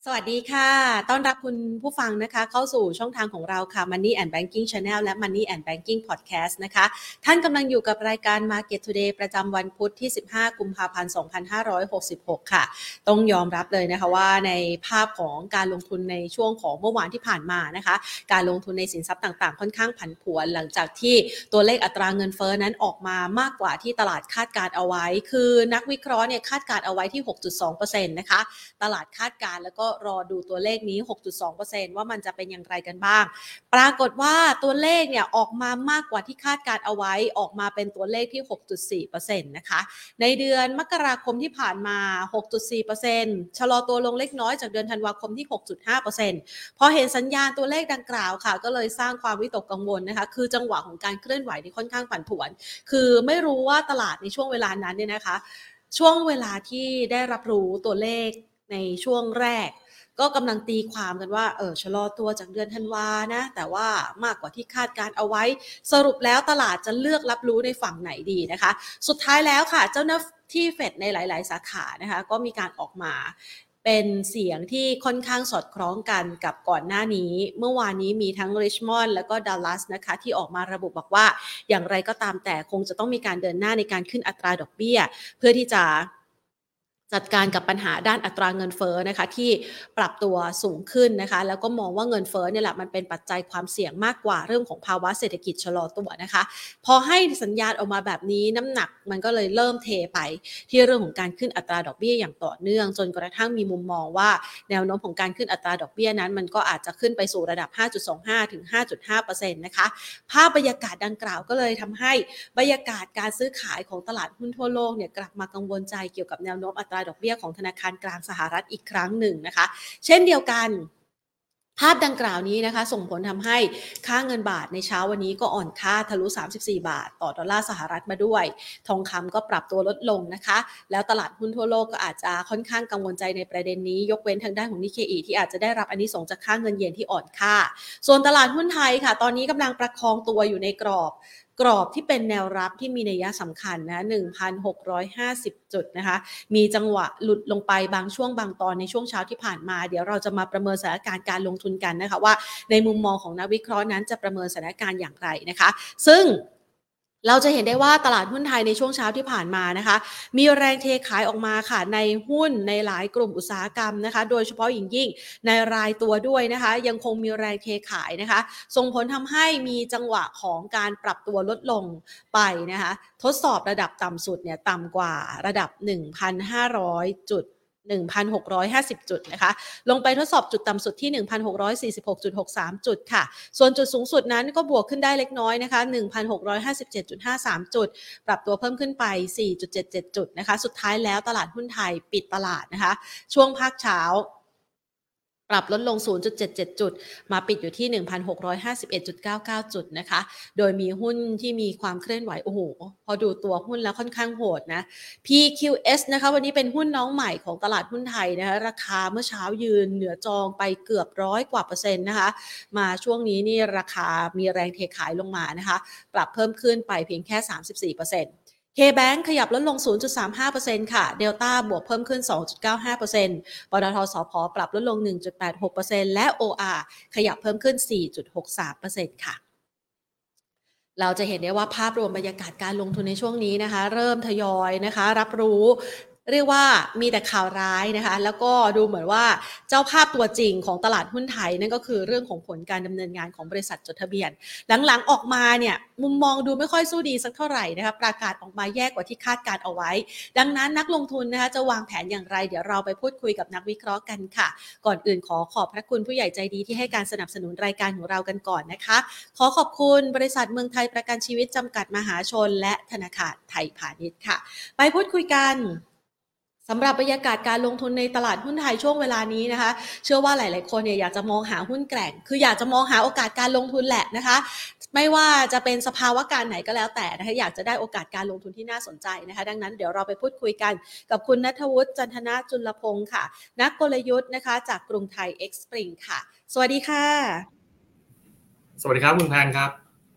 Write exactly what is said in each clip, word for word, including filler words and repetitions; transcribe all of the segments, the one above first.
สวัสดีค่ะต้อนรับคุณผู้ฟังนะคะเข้าสู่ช่องทางของเราค่ะ Money and Banking Channel และ Money and Banking Podcast นะคะท่านกำลังอยู่กับรายการ Market Today ประจำวันพุธที่สิบห้ากุมภาพันธ์สองพันห้าร้อยหกสิบหกค่ะต้องยอมรับเลยนะคะว่าในภาพของการลงทุนในช่วงของเมื่อวานที่ผ่านมานะคะการลงทุนในสินทรัพย์ต่างๆค่อนข้างผันผวนหลังจากที่ตัวเลขอัตราเงินเฟ้อนั้นออกมามากกว่าที่ตลาดคาดการเอาไว้คือนักวิเคราะห์เนี่ยคาดการเอาไว้ที่ หกจุดสองเปอร์เซ็นต์ นะคะตลาดคาดการแล้วก็รอดูตัวเลขนี้ หกจุดสองเปอร์เซ็นต์ ว่ามันจะเป็นอย่างไรกันบ้างปรากฏว่าตัวเลขเนี่ยออกมามากกว่าที่คาดการเอาไว้ออกมาเป็นตัวเลขที่ หกจุดสี่เปอร์เซ็นต์ นะคะในเดือนมกราคมที่ผ่านมา หกจุดสี่เปอร์เซ็นต์ ชะลอตัวลงเล็กน้อยจากเดือนธันวาคมที่ หกจุดห้าเปอร์เซ็นต์ พอเห็นสัญญาณตัวเลขดังกล่าวค่ะก็เลยสร้างความวิตกกังวลนะคะคือจังหวะของการเคลื่อนไหวที่ค่อนข้างผันผวนคือไม่รู้ว่าตลาดในช่วงเวลานั้นเนี่ยนะคะช่วงเวลาที่ได้รับรู้ตัวเลขในช่วงแรกก็กำลังตีความกันว่าเออชะลอตัวจากเดือนธันวานะแต่ว่ามากกว่าที่คาดการเอาไว้สรุปแล้วตลาดจะเลือกรับรู้ในฝั่งไหนดีนะคะสุดท้ายแล้วค่ะเจ้าหน้าที่เฟดในหลายๆสาขานะคะก็มีการออกมาเป็นเสียงที่ค่อนข้างสอดคล้องกันกับก่อนหน้านี้เมื่อวานนี้มีทั้งริชมอนด์แล้วก็ดัลลัสนะคะที่ออกมาระบุบอกว่าอย่างไรก็ตามแต่คงจะต้องมีการเดินหน้าในการขึ้นอัตราดอกเบี้ยเพื่อที่จะจัดการกับปัญหาด้านอัตราเงินเฟ้อนะคะที่ปรับตัวสูงขึ้นนะคะแล้วก็มองว่าเงินเฟ้อเนี่ยแหละมันเป็นปัจจัยความเสี่ยงมากกว่าเรื่องของภาวะเศรษฐกิจชะลอตัวนะคะพอให้สัญญาณออกมาแบบนี้น้ำหนักมันก็เลยเริ่มเทไปที่เรื่องของการขึ้นอัตราดอกเบี้ยอย่างต่อเนื่องจนกระทั่งมีมุมมองว่าแนวโน้มของการขึ้นอัตราดอกเบี้ยนั้นมันก็อาจจะขึ้นไปสู่ระดับ ห้าจุดสองห้า ถึง ห้าจุดห้าเปอร์เซ็นต์ นะคะภาพบรรยากาศดังกล่าวก็เลยทำให้บรรยากาศการซื้อขายของตลาดหุ้นทั่วโลกเนี่ยกลับมากังวลใจเกี่ยวกับแนวโน้มอัตราดอกเบี้ยของธนาคารกลางสหรัฐอีกครั้งหนึ่งนะคะเช่นเดียวกันภาพดังกล่าวนี้นะคะส่งผลทำให้ค่าเงินบาทในเช้าวันนี้ก็อ่อนค่าทะลุสามสิบสี่บาทต่อดอลลาร์สหรัฐมาด้วยทองคำก็ปรับตัวลดลงนะคะแล้วตลาดหุ้นทั่วโลกก็อาจจะค่อนข้างกังวลใจในประเด็นนี้ยกเว้นทางด้านของนิเคอิที่อาจจะได้รับอานิสงส์จากค่าเงินเยนที่อ่อนค่าส่วนตลาดหุ้นไทยค่ะตอนนี้กำลังประคองตัวอยู่ในกรอบกรอบที่เป็นแนวรับที่มีนัยสำคัญนะ หนึ่งพันหกร้อยห้าสิบ จุดนะคะมีจังหวะหลุดลงไปบางช่วงบางตอนในช่วงเช้าที่ผ่านมาเดี๋ยวเราจะมาประเมินสถานการณ์การลงทุนกันนะคะว่าในมุมมองของนักวิเคราะห์นั้นจะประเมินสถานการณ์อย่างไรนะคะซึ่งเราจะเห็นได้ว่าตลาดหุ้นไทยในช่วงเช้าที่ผ่านมานะคะมีแรงเทขายออกมาค่ะในหุ้นในหลายกลุ่มอุตสาหกรรมนะคะโดยเฉพาะอย่างยิ่งในรายตัวด้วยนะคะยังคงมีแรงเทขายนะคะส่งผลทำให้มีจังหวะของการปรับตัวลดลงไปนะคะทดสอบระดับต่ำสุดเนี่ยต่ำกว่าระดับ หนึ่งพันห้าร้อย จุดหนึ่งพันหกร้อยห้าสิบ จุดนะคะลงไปทดสอบจุดต่ำสุดที่ หนึ่งพันหกร้อยสี่สิบหกจุดหกสาม จุดค่ะส่วนจุดสูงสุดนั้นก็บวกขึ้นได้เล็กน้อยนะคะ หนึ่งพันหกร้อยห้าสิบเจ็ดจุดห้าสาม จุดปรับตัวเพิ่มขึ้นไป สี่จุดเจ็ดเจ็ด จุดนะคะสุดท้ายแล้วตลาดหุ้นไทยปิดตลาดนะคะช่วงภาคเช้าปรับลดลง ศูนย์จุดเจ็ดเจ็ด จุดมาปิดอยู่ที่ หนึ่งพันหกร้อยห้าสิบเอ็ดจุดเก้าเก้า จุดนะคะโดยมีหุ้นที่มีความเคลื่อนไหวโอ้โหพอดูตัวหุ้นแล้วค่อนข้างโหดนะ พี คิว เอส นะคะวันนี้เป็นหุ้นน้องใหม่ของตลาดหุ้นไทยนะคะราคาเมื่อเช้ายืนเหนือจองไปเกือบร้อยกว่าเปอร์เซ็นต์นะคะมาช่วงนี้นี่ราคามีแรงเทขายลงมานะคะปรับเพิ่มขึ้นไปเพียงแค่ สามสิบสี่เปอร์เซ็นต์K-Bank ขยับลดลง ศูนย์จุดสามห้าเปอร์เซ็นต์ ค่ะ Delta บวกเพิ่มขึ้น สองจุดเก้าห้าเปอร์เซ็นต์ ปตท.สผ.ปรับลดลง หนึ่งจุดแปดหกเปอร์เซ็นต์ และ โอ อาร์ ขยับเพิ่มขึ้น สี่จุดหกสามเปอร์เซ็นต์ ค่ะเราจะเห็นได้ว่าภาพรวมบรรยากาศการลงทุนในช่วงนี้นะคะเริ่มทยอยนะคะรับรู้เรียกว่ามีแต่ข่าวร้ายนะคะแล้วก็ดูเหมือนว่าเจ้าภาพตัวจริงของตลาดหุ้นไทยนั่นก็คือเรื่องของผลการดำเนินงานของบริษัทจดทะเบียนหลังๆออกมาเนี่ยมุมมองดูไม่ค่อยสู้ดีสักเท่าไหร่นะคะประกาศออกมาแย่กว่าที่คาดการเอาไว้ดังนั้นนักลงทุนนะคะจะวางแผนอย่างไรเดี๋ยวเราไปพูดคุยกับนักวิเคราะห์กันค่ะก่อนอื่นขอขอบพระคุณผู้ใหญ่ใจดีที่ให้การสนับสนุนรายการของเรากันก่อนนะคะขอขอบคุณบริษัทเมืองไทยประกันชีวิตจำกัดมหาชนและธนาคารไทยพาณิชย์ค่ะไปพูดคุยกันสำหรับบรรยากาศการลงทุนในตลาดหุ้นไทยช่วงเวลานี้นะคะเชื่อว่าหลายๆคนเนี่ยอยากจะมองหาหุ้นแกร่งคืออยากจะมองหาโอกาสการลงทุนแหละนะคะไม่ว่าจะเป็นสภาวะการไหนก็แล้วแต่นะคะอยากจะได้โอกาสการลงทุนที่น่าสนใจนะคะดังนั้นเดี๋ยวเราไปพูดคุยกันกับคุณณัฐวุฒิจันทนาจุลพงศ์ค่ะนักกลยุทธ์นะคะจากกรุงไทยเอ็กซ์ปริงค่ะสวัสดีค่ะสวัสดีครับคุณแพนครับ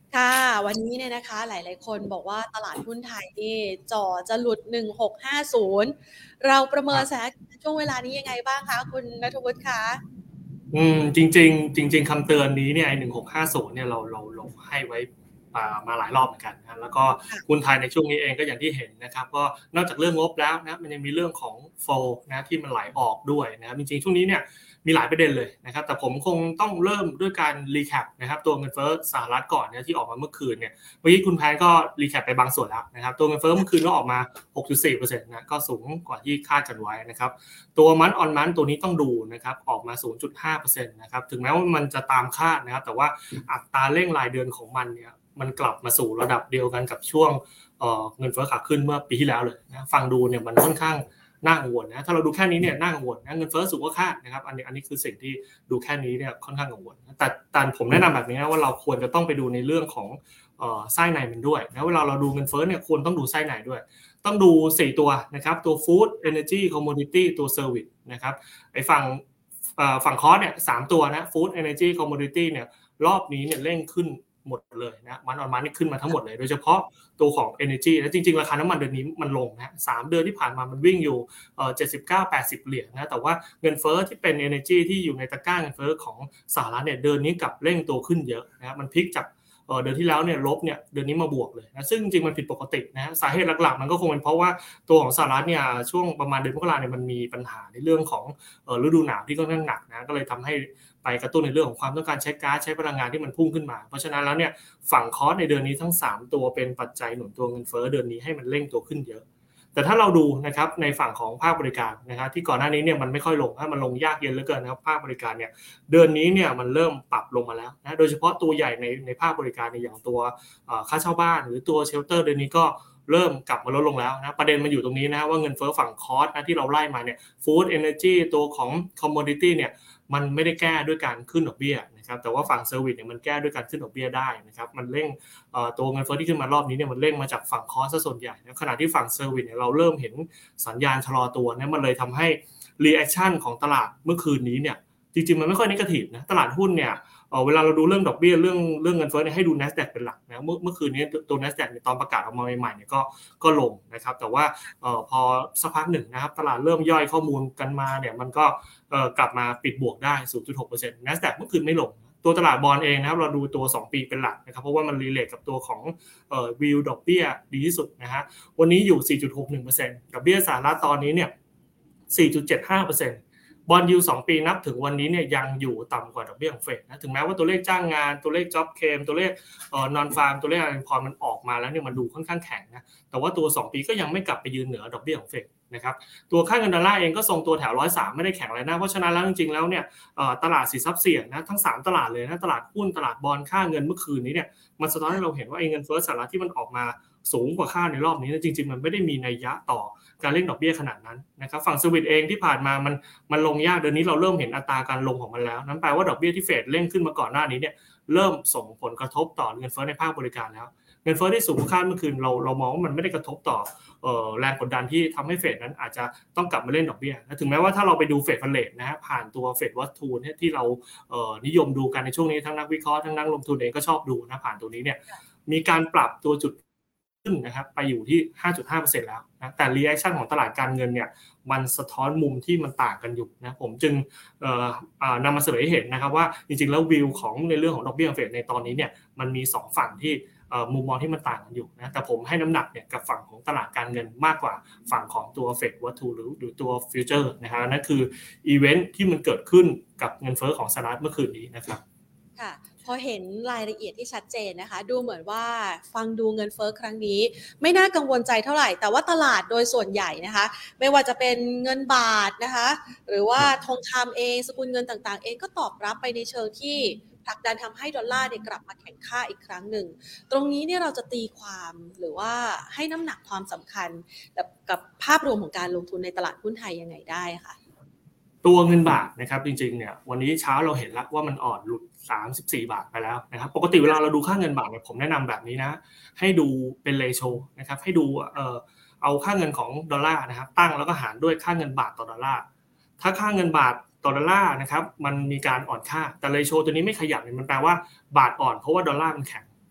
ค่ะวันนี้เนี่ยนะคะหลายๆคนบอกว่าตลาดหุ้นไทยนี่จ่อจะหลุดหนึ่งหกห้าศูนย์เราประเมินสถานการณ์ช่วงเวลานี้ยังไงบ้างคะคุณณัฐวุฒิคะอืมจริงๆจริงๆคำเตือนนี้เนี่ยไอ้หนึ่งหกห้าศูนย์เนี่ยเราเราเราให้ไว้อ่ามาหลายรอบเหมือนกันนะแล้วก็หุ้ค่ะนไทยในช่วงนี้เองก็อย่างที่เห็นนะครับก็นอกจากเรื่องงบแล้วนะมันยังมีเรื่องของโฟลนะที่มันไหลออกด้วยนะครับจริงๆช่วงนี้เนี่ยมีหลายประเด็นเลยนะครับแต่ผมคงต้องเริ่มด้วยการรีแคปนะครับตัวเงินเฟ้อสหรัฐก่อนเนี่ยที่ออกมาเมื่อคืนเนี่ยเมื่อกี้คุณแพนก็รีแคปไปบางส่วนแล้วนะครับตัวเงินเฟ้อเมื่อคืนก็ออกมา หกจุดสี่เปอร์เซ็นต์ นะก็สูงกว่าที่คาดกันไว้นะครับ ตัวมันออนมันตัวนี้ต้องดูนะครับออกมา ศูนย์จุดห้าเปอร์เซ็นต์ นะครับถึงแม้ว่ามันจะตามคาดนะครับแต่ว่าอัตราเร่งรายเดือนของมันเนี่ยมันกลับมาสู่ระดับเดียวกันกับช่วง เอ่อเงินเฟ้อขาขึ้นเมื่อปีที่แล้วเลยนะฟังดูเนี่ยมันค่อนข้างน่ากังวลนะถ้าเราดูแค่นี้เนี่ยน่ากังวลนะเงินเฟ้อสูงกว่าคาดนะครับอันนี้อันนี้คือสิ่งที่ดูแค่นี้เนี่ยค่อนข้างกังวลแต่แต่ผมแนะนำแบบนี้นะว่าเราควรจะต้องไปดูในเรื่องของเอ่อไส้ในมันด้วยนะเวลาเราดูเงินเฟ้อเนี่ยควรต้องดูไส้ในด้วยต้องดูสี่ตัวนะครับตัว Food Energy Commodity ตัว Service นะครับไอ้ฝั่งเอ่อฝั่งคอสเนี่ยสามตัวนะ Food Energy Commodity เนี่ยรอบนี้เนี่ยเร่งขึ้นหมดเลยนะมันออนมันนี่ขึ้นมาทั้งหมดเลยโดยเฉพาะตัวของ Energy แล้วจริงๆราคาน้ำมันเดือนนี้มันลงนะสามเดือนที่ผ่านมามันวิ่งอยู่เอ่อเจ็ดสิบเก้า แปดสิบเหรียญนะแต่ว่าเงินเฟ้อที่เป็น Energy ที่อยู่ในตะกร้าเงินเฟ้อของสหรัฐเนี่ยเดือนนี้กลับเร่งตัวขึ้นเยอะนะครับมันพลิกจากเอ่อเดือนที่แล้วเนี่ยลบเนี่ยเดือนนี้มาบวกเลยนะซึ่งจริงๆมันผิดปกตินะสาเหตุหลักๆมันก็คงเป็นเพราะว่าตัวของสหรัฐเนี่ยช่วงประมาณเดือนมกราเนี่ยมันมีปัญหาในเรื่องของเอ่อฤดูหนาวที่ค่อนข้างหนักนะก็เลยทำให้ไปกระตุ้นในเรื่องของความต้องการใช้ก๊าซใช้พลังงานที่มันพุ่งขึ้นมาเพราะฉะนั้นแล้วเนี่ยฝั่งคอสในเดือนนี้ทั้งสามตัวเป็นปัจจัยหนุนตัวเงินเฟ้อเดือนนี้ให้มันเร่งตัวขึ้นเยอะแต่ถ้าเราดูนะครับในฝั่งของภาคบริการนะครับที่ก่อนหน้านี้เนี่ยมันไม่ค่อยลงถ้ามันลงยากเย็นเหลือเกินนะครับภาคบริการเนี่ยเดือนนี้เนี่ยมันเริ่มปรับลงมาแล้วนะโดยเฉพาะตัวใหญ่ในในภาคบริการในอย่างตัวค่าเช่าบ้านหรือตัวเชลเตอร์เดือนนี้ก็เริ่มกลับมาลดลงแล้วนะประเด็นมันอยู่ตรงนี้นะว่าเงินเฟ้อฝั่งคอสนะที่เราไล่มาเนี่ยฟู้ดเอเนอร์จีตัวของคอมมอดิตี้เนี่ยมันไม่ได้แก้ด้วยการขึ้นดอกเบี้ยนะครับแต่ว่าฝั่งเซอร์วิสเนี่ยมันแก้ด้วยการขึ้นดอกเบี้ยได้นะครับมันเร่งตัวเงินเฟ้อที่ขึ้นมารอบนี้เนี่ยมันเร่งมาจากฝั่งคอสซะส่วนใหญ่นะขณะที่ฝั่งเซอร์วิสเนี่ยเราเริ่มเห็นสัญญาณชะลอตัวนะมันเลยทำให้รีแอคชั่นของตลาดเมื่อคืนนี้เนี่ยจริงๆมันไม่ค่อยเนกาทีฟนะตลาดหุ้นเนี่ยเอ่อเวลาเราดูเรื่องดอกเบี้ยเรื่องเรื่องเงินเฟ้อเนี่ยให้ดู NASDAQ เป็นหลักนะเมื่อเมื่อคืนนี้ตัว NASDAQ เนี่ยตอนประกาศออกมาใหม่ๆเนี่ยก็ก็ลงนะครับแต่ว่าเอ่อพอสักพักหนึ่งนะครับตลาดเริ่มย่อยข้อมูลกันมาเนี่ยมันก็เอ่อกลับมาปิดบวกได้ ศูนย์จุดหกเปอร์เซ็นต์ NASDAQ เมื่อคืนไม่ลงตัวตลาดบอนด์เองนะครับเราดูตัวสองปีเป็นหลักนะครับเพราะว่ามันรีเลทกับตัวของเอ่อวิวดอกเบี้ยดีที่สุดนะฮะวันนี้อยู่ สี่จุดหกหนึ่งเปอร์เซ็นต์ ดอกเบี้ยสหรัฐตอนนี้เนี่ย สี่จุดเจ็ดห้าเปอร์เซ็นต์ บอนด์ยิลด์สองปีนับถึงวันนี้เนี่ยยังอยู่ต่ำกว่าดอกเบี้ยของเฟดนะถึงแม้ว่าตัวเลขจ้างงานตัวเลข job claim ตัวเลขเอ่อนอนฟาร์มตัวเลขอะไรพอมันออกมาแล้วเนี่ยมันดูค่อนข้างแข็งนะแต่ว่าตัวสองปีก็ยังไม่กลับไปยืนเหนือดอกเบี้ยของเฟดนะครับตัวค่าเงินดอลลาร์เองก็ทรงตัวแถวหนึ่งร้อยสามไม่ได้แข็งอะไรนะเพราะฉะนั้นแล้วจริงๆแล้วเนี่ยเอ่อตลาดสินทรัพย์เสี่ยงนะทั้งสามตลาดเลยนะตลาดหุ้นตลาดบอนด์ค่าเงินเมื่อคืนนี้เนี่ยมันสะท้อนให้เราเห็นว่าไอ้เงินเฟ้อสหรัฐที่มันออกมาสูงกว่าคาดในรอบนี้จริงๆมันไม่ได้มีนัยยะต่อการเร่งดอกเบี้ยขนาดนั้นนะครับฝั่งสวิตเองที่ผ่านมามันมันลงยากเดือนนี้เราเริ่มเห็นอัตราการลงของมันแล้วนั่นแปลว่าดอกเบี้ยที่เฟดเร่งขึ้นมาก่อนหน้านี้เนี่ยเริ่มส่งผลกระทบต่อเงินเฟ้อในภาคบริการแล้วเงินเฟ้อที่สูงกว่าคาดเมื่อคืนเราเรามองว่ามันไม่ได้กระทบต่อเอ่อแรงกดดันที่ทำให้เฟดนั้นอาจจะต้องกลับมาเล่นดอกเบี้ยนะถึงแม้ว่าถ้าเราไปดูเฟดฟันเรทนะฮะผ่านตัวเฟดวัตถุเนี่ยที่เราเอ่อนิยมดูกันในช่วงนี้ทั้งนักวิเคราะห์ทั้งนักลงทุนเองก็ชอบดูนะผ่านตัวนี้เนี่ยมีการปรับตัวจุดขึ้นนะครับไปอยู่ที่ ห้าจุดห้าเปอร์เซ็นต์ แล้วนะแต่ reaction ของตลาดการเงินเนี่ยมันสะท้อนมุมที่มันต่างกันอยู่นะผมจึงเอ่ออ่านำมาเสนอให้เห็นนะครับว่าจริงๆแล้ววิวของในเรื่องของดอกเบี้ยเฟดในตอนนี้เนี่ยมันมีสองฝั่งที่เอ่อมุมมองที่มันต่างกันอยู่นะแต่ผมให้น้ำหนักเนี่ยกับฝั่งของตลาดการเงินมากกว่าฝั่งของตัวเฟดวัตถุหรือหรือตัวฟิวเจอร์นะฮะนั่นคืออีเวนท์ที่มันเกิดขึ้นกับเงินเฟ้อของสหรัฐเมื่อคืนนี้นะครับค่ะพอเห็นรายละเอียดที่ชัดเจนนะคะดูเหมือนว่าฟังดูเงินเฟ้อครั้งนี้ไม่น่ากังวลใจเท่าไหร่แต่ว่าตลาดโดยส่วนใหญ่นะคะไม่ว่าจะเป็นเงินบาทนะคะหรือว่าทองคำเองสกุลเงินต่างๆเองก็ตอบรับไปในเชิงที่ผลักดันทำให้ดอลลาร์เนี่ยกลับมาแข็งค่าอีกครั้งหนึ่งตรงนี้เนี่ยเราจะตีความหรือว่าให้น้ำหนักความสำคัญกับกับภาพรวมของการลงทุนในตลาดหุ้นไทยยังไงได้ค่ะตัวเงินบาทนะครับจริงๆเนี่ยวันนี้เช้าเราเห็นแล้วว่ามันอ่อนหลุดสามสิบสี่บาทไปแล้วนะครับปกติเวลาเราดูค่าเงินบาทเนี่ยผมแนะนำแบบนี้นะให้ดูเป็นเรโชนะครับให้ดูเอ่อเอาค่าเงินของดอลลาร์นะครับตั้งแล้วก็หารด้วยค่าเงินบาทต่อดอลลาร์ถ้าค่าเงินบาทต่อดอลลาร์นะครับมันมีการอ่อนค่าแต่เรโชตัวนี้ไม่ขยับเนี่ยมันแปลว่าบาทอ่อนเพราะว่าดอลลาร์มันแข็ง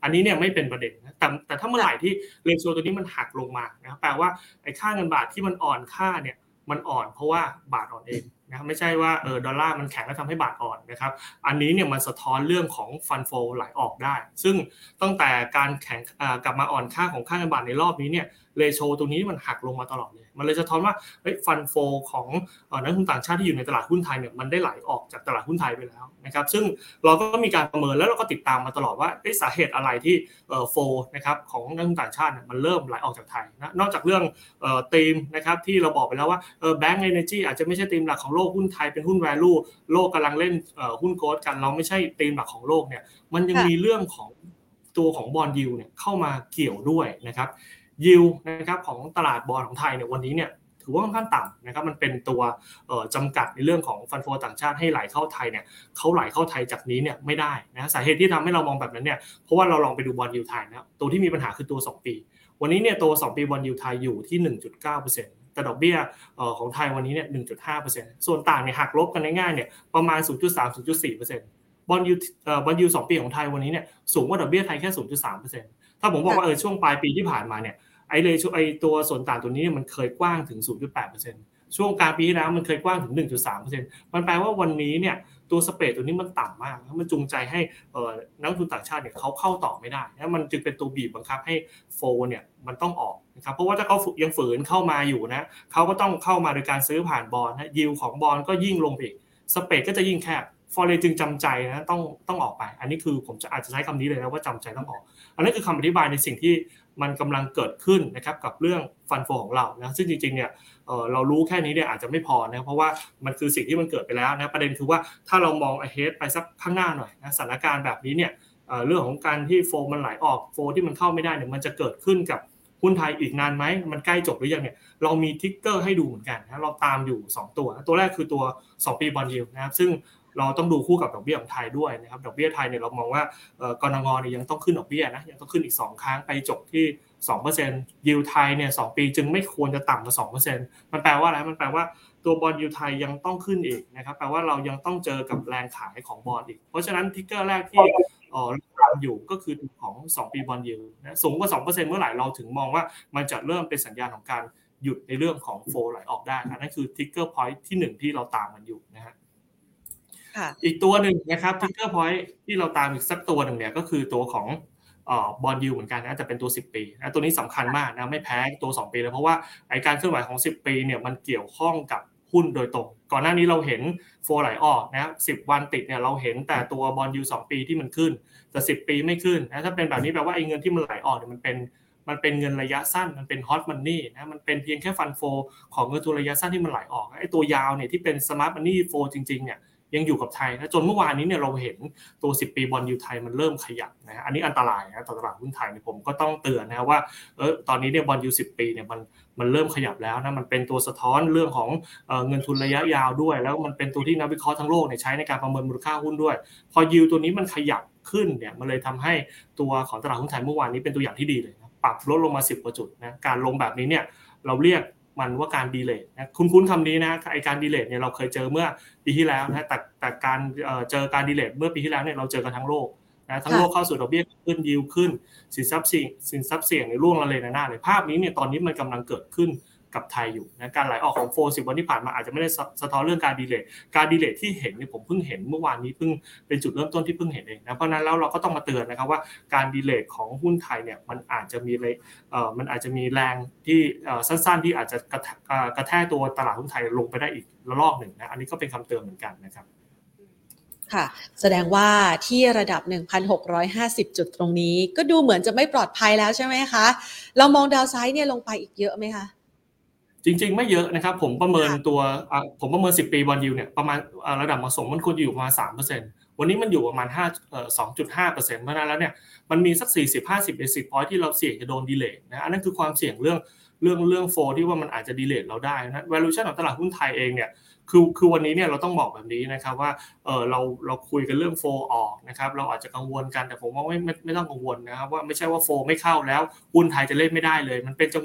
อันนี้เนี่ยไม่เป็นประเด็นนะแต่แต่ถ้าเมื่อไหร่ที่เรโชตัวนี้มันหักลงมานะแปลว่าไอ้ค่าเงินบาทที่มันอ่อนค่าเนี่ยมันอ่อนเพราะว่าบาทอ่อนเองนะไม่ใช่ว่าเออดอลลาร์มันแข็งแล้วทำให้บาทอ่อนนะครับอันนี้เนี่ยมันสะท้อนเรื่องของฟันโฟไหลออกได้ซึ่งตั้งแต่การแข็งกลับมาอ่อนค่าของค่าเงินบาทในรอบนี้เนี่ยเรโชตรงนี้มันหักลงมาตลอดเลยมันเลยสะท้อนว่าเฮ้ยฟันโฟของนักลงทุนต่างชาติที่อยู่ในตลาดหุ้นไทยเนี่ยมันได้ไหลออกจากตลาดหุ้นไทยไปแล้วนะครับซึ่งเราก็มีการประเมินแล้วเราก็ติดตามมาตลอดว่าสาเหตุอะไรที่โฟนะครับของนักลงทุนต่างชาติมันเริ่มไหลออกจากไทยนะนอกจากเรื่องธีมนะครับที่เราบอกไปแล้วว่าแบงก์เอเนจีอาจจะไม่ใช่ธีมหลักของโลกหุ้นไทยเป็นหุ้น value โลกกำลังเล่นหุ้นโกลด์กันเราไม่ใช่ธีมหลักของโลกเนี่ยมันยังมีเรื่องของตัวของบอนด์ยิลด์เนี่ยเข้ามาเกี่ยวด้วยนะครับยิลด์นะครับของตลาดบอนด์ของไทยเนี่ยวันนี้เนี่ยถือว่าค่อนข้างต่ำนะครับมันเป็นตัวจำกัดในเรื่องของฟันโฟต่างชาติให้ไหลเข้าไทยเนี่ยเขาไหลเข้าไทยจากนี้เนี่ยไม่ได้นะสาเหตุที่ทำให้เรามองแบบนั้นเนี่ยเพราะว่าเราลองไปดูบอนด์ยิลด์ไทยนะตัวที่มีปัญหาคือตัวสองปีวันนี้เนี่ยตัวสองปีบอนด์ยิลด์ไทยอยู่ที่ หนึ่งจุดเก้าเปอร์เซ็นต์ แต่ดอกเบี้ยของไทยวันนี้เนี่ย หนึ่งจุดห้าเปอร์เซ็นต์ ส่วนต่างเนี่ยหักลบกันง่ายๆเนี่ยประมาณ ศูนย์จุดสาม ศูนย์จุดสี่เปอร์เซ็นต์ บอนด์ยิลด์เอ่อบอนด์ยิลด์สองปีของไทยวันนี้เนี่ยสูงกว่าดอกเบี้ยไทยแค่ ศูนย์จุดสามเปอร์เซ็นต์ ถ้าผมบอกว่าเออช่วงปลายปีที่ผ่านมาเนี่ยไอ้เรโชไอ้ตัวส่วนต่างตัวนี้มันเคยกว้างถึง ศูนย์จุดแปดเปอร์เซ็นต์ ช่วงกลางปีที่แล้วมันเคยกว้างถึง หนึ่งจุดสามเปอร์เซ็นต์ มันแปลว่าวันนี้เนี่ยตัวสเปรดตัวนี้มันต่ำมากมันจูงใจให้เอ่อนักลงทุนต่างชาติเนี่ยเขาเข้าต่อไม่ได้นะมันจึงเป็นตัวบีบบังคับให้โฟเนี่ยมันต้องออกนะครับเพราะว่าถ้าเขายังฝืนเข้ามาอยู่นะเขาก็ต้องเข้ามาโดยการซื้อผ่านบอนด์นะยิลด์ของบอนด์ก็ยิ่งลงไปอีกสเปรดก็จะยิ่งแคบฟอเรจึงจำใจนะต้องต้องออกไปอันนี้คือผมจะอาจจะใช้คำนี้เลยนะว่าจำใจต้องออกอันนี้คือคำอธิบายในสิ่งที่มันกำลังเกิดขึ้นนะครับกับเรื่องฟันโฟของเรานะซึ่งจริงๆเนี่ย เอ่อ เรารู้แค่นี้เนี่ยอาจจะไม่พอนะเพราะว่ามันคือสิ่งที่มันเกิดไปแล้วนะประเด็นคือว่าถ้าเรามอง ahead ไปสักข้างหน้าหน่อยนะสถานการณ์แบบนี้เนี่ย เอ่อ เรื่องของการที่โฟมันไหลออกโฟที่มันเข้าไม่ได้เนี่ยมันจะเกิดขึ้นกับหุ้นไทยอีกนานไหมมันใกล้จบหรือยังเนี่ยเรามีทิกเกอร์ให้ดูเหมือนกันนะเราตามอยู่สองตัวตัวแรกคือตัวสองปีบอนด์ยิลด์นะครับซึ่งเราต้องดูคู่กับดอกเบี้ยของไทยด้วยนะครับดอกเบี้ยไทยเนี่ยเรามองว่ากนงเนี่ยยังต้องขึ้นดอกเบี้ยนะยังต้องขึ้นอีกสองครั้งไปจบที่ สองเปอร์เซ็นต์ ยิลด์ไทยเนี่ยสองปีจึงไม่ควรจะต่ำกว่า สองเปอร์เซ็นต์ มันแปลว่าอะไรมันแปลว่าตัวบอนด์ยิลด์ไทยยังต้องขึ้นอีกนะครับแปลว่าเรายังต้องเจอกับแรงขายของบอนด์อีกเพราะฉะนั้นทิกเกอร์แรกที่เอ่อตามอยู่ก็คือของสองปีบอนด์ยิลด์นะสูงกว่า สองเปอร์เซ็นต์ เมื่อไหร่เราถึงมองว่ามันจะเริ่มเป็นสัญญาณของการหยุดในเรื่องของโฟไหลออกได้อันนั้นคือทิกเกอร์พอยท์ที่หนึ่งที่เราตามมันอยู่นะฮะอีกตัวหนึ่งนะครับทิกเกอร์พอยท์ที่เราตามอีกสักตัวหนึ่งเนี่ยก็คือตัวของเอ่อบอนด์ยิลด์เหมือนกันนะแต่เป็นตัวสิบปีนะตัวนี้สำคัญมากนะไม่แพ้ตัวสองปีเลยเพราะว่าไอ้การเคลื่อนไหวของสิบปีเนี่ยมันเกี่ยวข้องกับหุ้นโดยตรงก่อนหน้านี้เราเห็นโฟไหลออกนะสิบวันติดเนี่ยเราเห็นแต่ตัวบอนด์ยิลด์สองปีที่มันขึ้นแต่สิบปีไม่ขึ้นนะถ้าเป็นแบบนี้แปลว่าไอ้เงินที่มันไหลออกเนี่ยมันเป็นมันเป็นเงินระยะสั้นมันเป็นฮอตมันนี่นะมันเป็นเพียงแค่ฟันโฟของเงินทุนระยะสั้นที่มันไหลออกไอ้ตัวยาวเนี่ยที่เป็นสมาร์ทมันนี่โฟจริงๆเนี่ยยังอยู่กับไทยนะจนเมื่อวานนี้เนี่ยเราเห็นตัวสิบปีบอนด์ยิลด์ไทยมันเริ่มขยับนะอันนี้อันตรายนะต่อตลาดหุ้นไทยเนี่ยผมก็ต้องเตือนนะว่าเออตอนนี้เนี่ยบอนด์ยิลด์สิบปีเนี่ยมันมันเริ่มขยับแล้วนะมันเป็นตัวสะท้อนเรื่องของเอ่อเงินทุนระยะยาวด้วยแล้วมันเป็นตัวที่นักวิเคราะห์ทั้งโลกเนี่ยใช้ในการประเมินมูลค่าหุ้นด้วยพอยิลด์ตัวนี้มันขยับขึ้นเนี่ยมันเลยทำให้ตัวของตลาดหุ้นไทยเมื่อวานนี้เป็นตัวอย่างที่ดีเลยนะปรับลดลงมาสิบกว่าจุดนะการลงแบบนี้เนี่ยเราเรียกมันว่าการดีเลทนะคุ้นๆคำนี้นะไอการดีเลทเนี่ยเราเคยเจอเมื่อปีที่แล้วนะแต่แต่การเอ่อเจอการดีเลทเมื่อปีที่แล้วเนี่ยเราเจอกันทั้งโลกนะทั้งโลกเข้าสู่ดอกเบี้ยขึ้นยิลด์ขึ้นสินทรัพย์เสี่ยงสินทรัพย์เสี่ยงในร่วงละเลระนาดเลยภาพนี้เนี่ยตอนนี้มันกำลังเกิดขึ้นกับไทยอยู่นะการไหลออกของโฟสิบวันที่ผ่านมาอาจจะไม่ได้สะท้อนเรื่องการดีเลทการดีเลทที่เห็นเนี่ยผมเพิ่งเห็นเมื่อวานนี้เพิ่งเป็นจุดเริ่มต้นที่เพิ่งเห็นเองนะเพราะนั้นแล้วเราก็ต้องมาเตือนนะครับว่าการดีเลทของหุ้นไทยเนี่ยมันอาจจะมีอะไรเอ่อมันอาจจะมีแรงที่เอ่อสั้นๆที่อาจจะกระแทกกระแทกตัวตลาดหุ้นไทยลงไปได้อีกระลอกหนึ่งนะอันนี้ก็เป็นคำเตือนเหมือนกันนะครับค่ะแสดงว่าที่ระดับ หนึ่งพันหกร้อยห้าสิบ จุดตรงนี้ก็ดูเหมือนจะไม่ปลอดภัยแล้วใช่ไหมคะเรามองดาวไซด์เนี่ยลงไปอีกเยอะไหมคะจริงๆไม่เยอะนะครับผมประเมินตัวผมประเมินสิบปีบอนด์ยิลด์เนี่ยประมาณระดับเหมาะสมมันควรอยู่ประมาณ สามเปอร์เซ็นต์ วันนี้มันอยู่ประมาณห้าเอ่อ สองจุดห้าเปอร์เซ็นต์ เพราะนั้นแล้วเนี่ยมันมีสัก สี่สิบ ห้าสิบ basis point ที่เราเสี่ยงจะโดนดีเลย์นะอันนั้นคือความเสี่ยงเรื่องเรื่องเรื่องโฟที่ว่ามันอาจจะดีเลย์เราได้นะ valuation ของตลาดหุ้นไทยเองเนี่ยคือคือวันนี้เนี่ยเราต้องบอกแบบนี้นะครับว่าเออเราเราคุยกันเรื่องโฟออกนะครับเราอาจจะกังวลกันแต่ผมว่าไม่ไม่ไม่ต้องกังวลนะครับว่าไม่ใช่ว่าโฟไม่เข้าแล้วหุ้นไทยจะเล่นไม่ได้เลยมันเป็นจังหวะ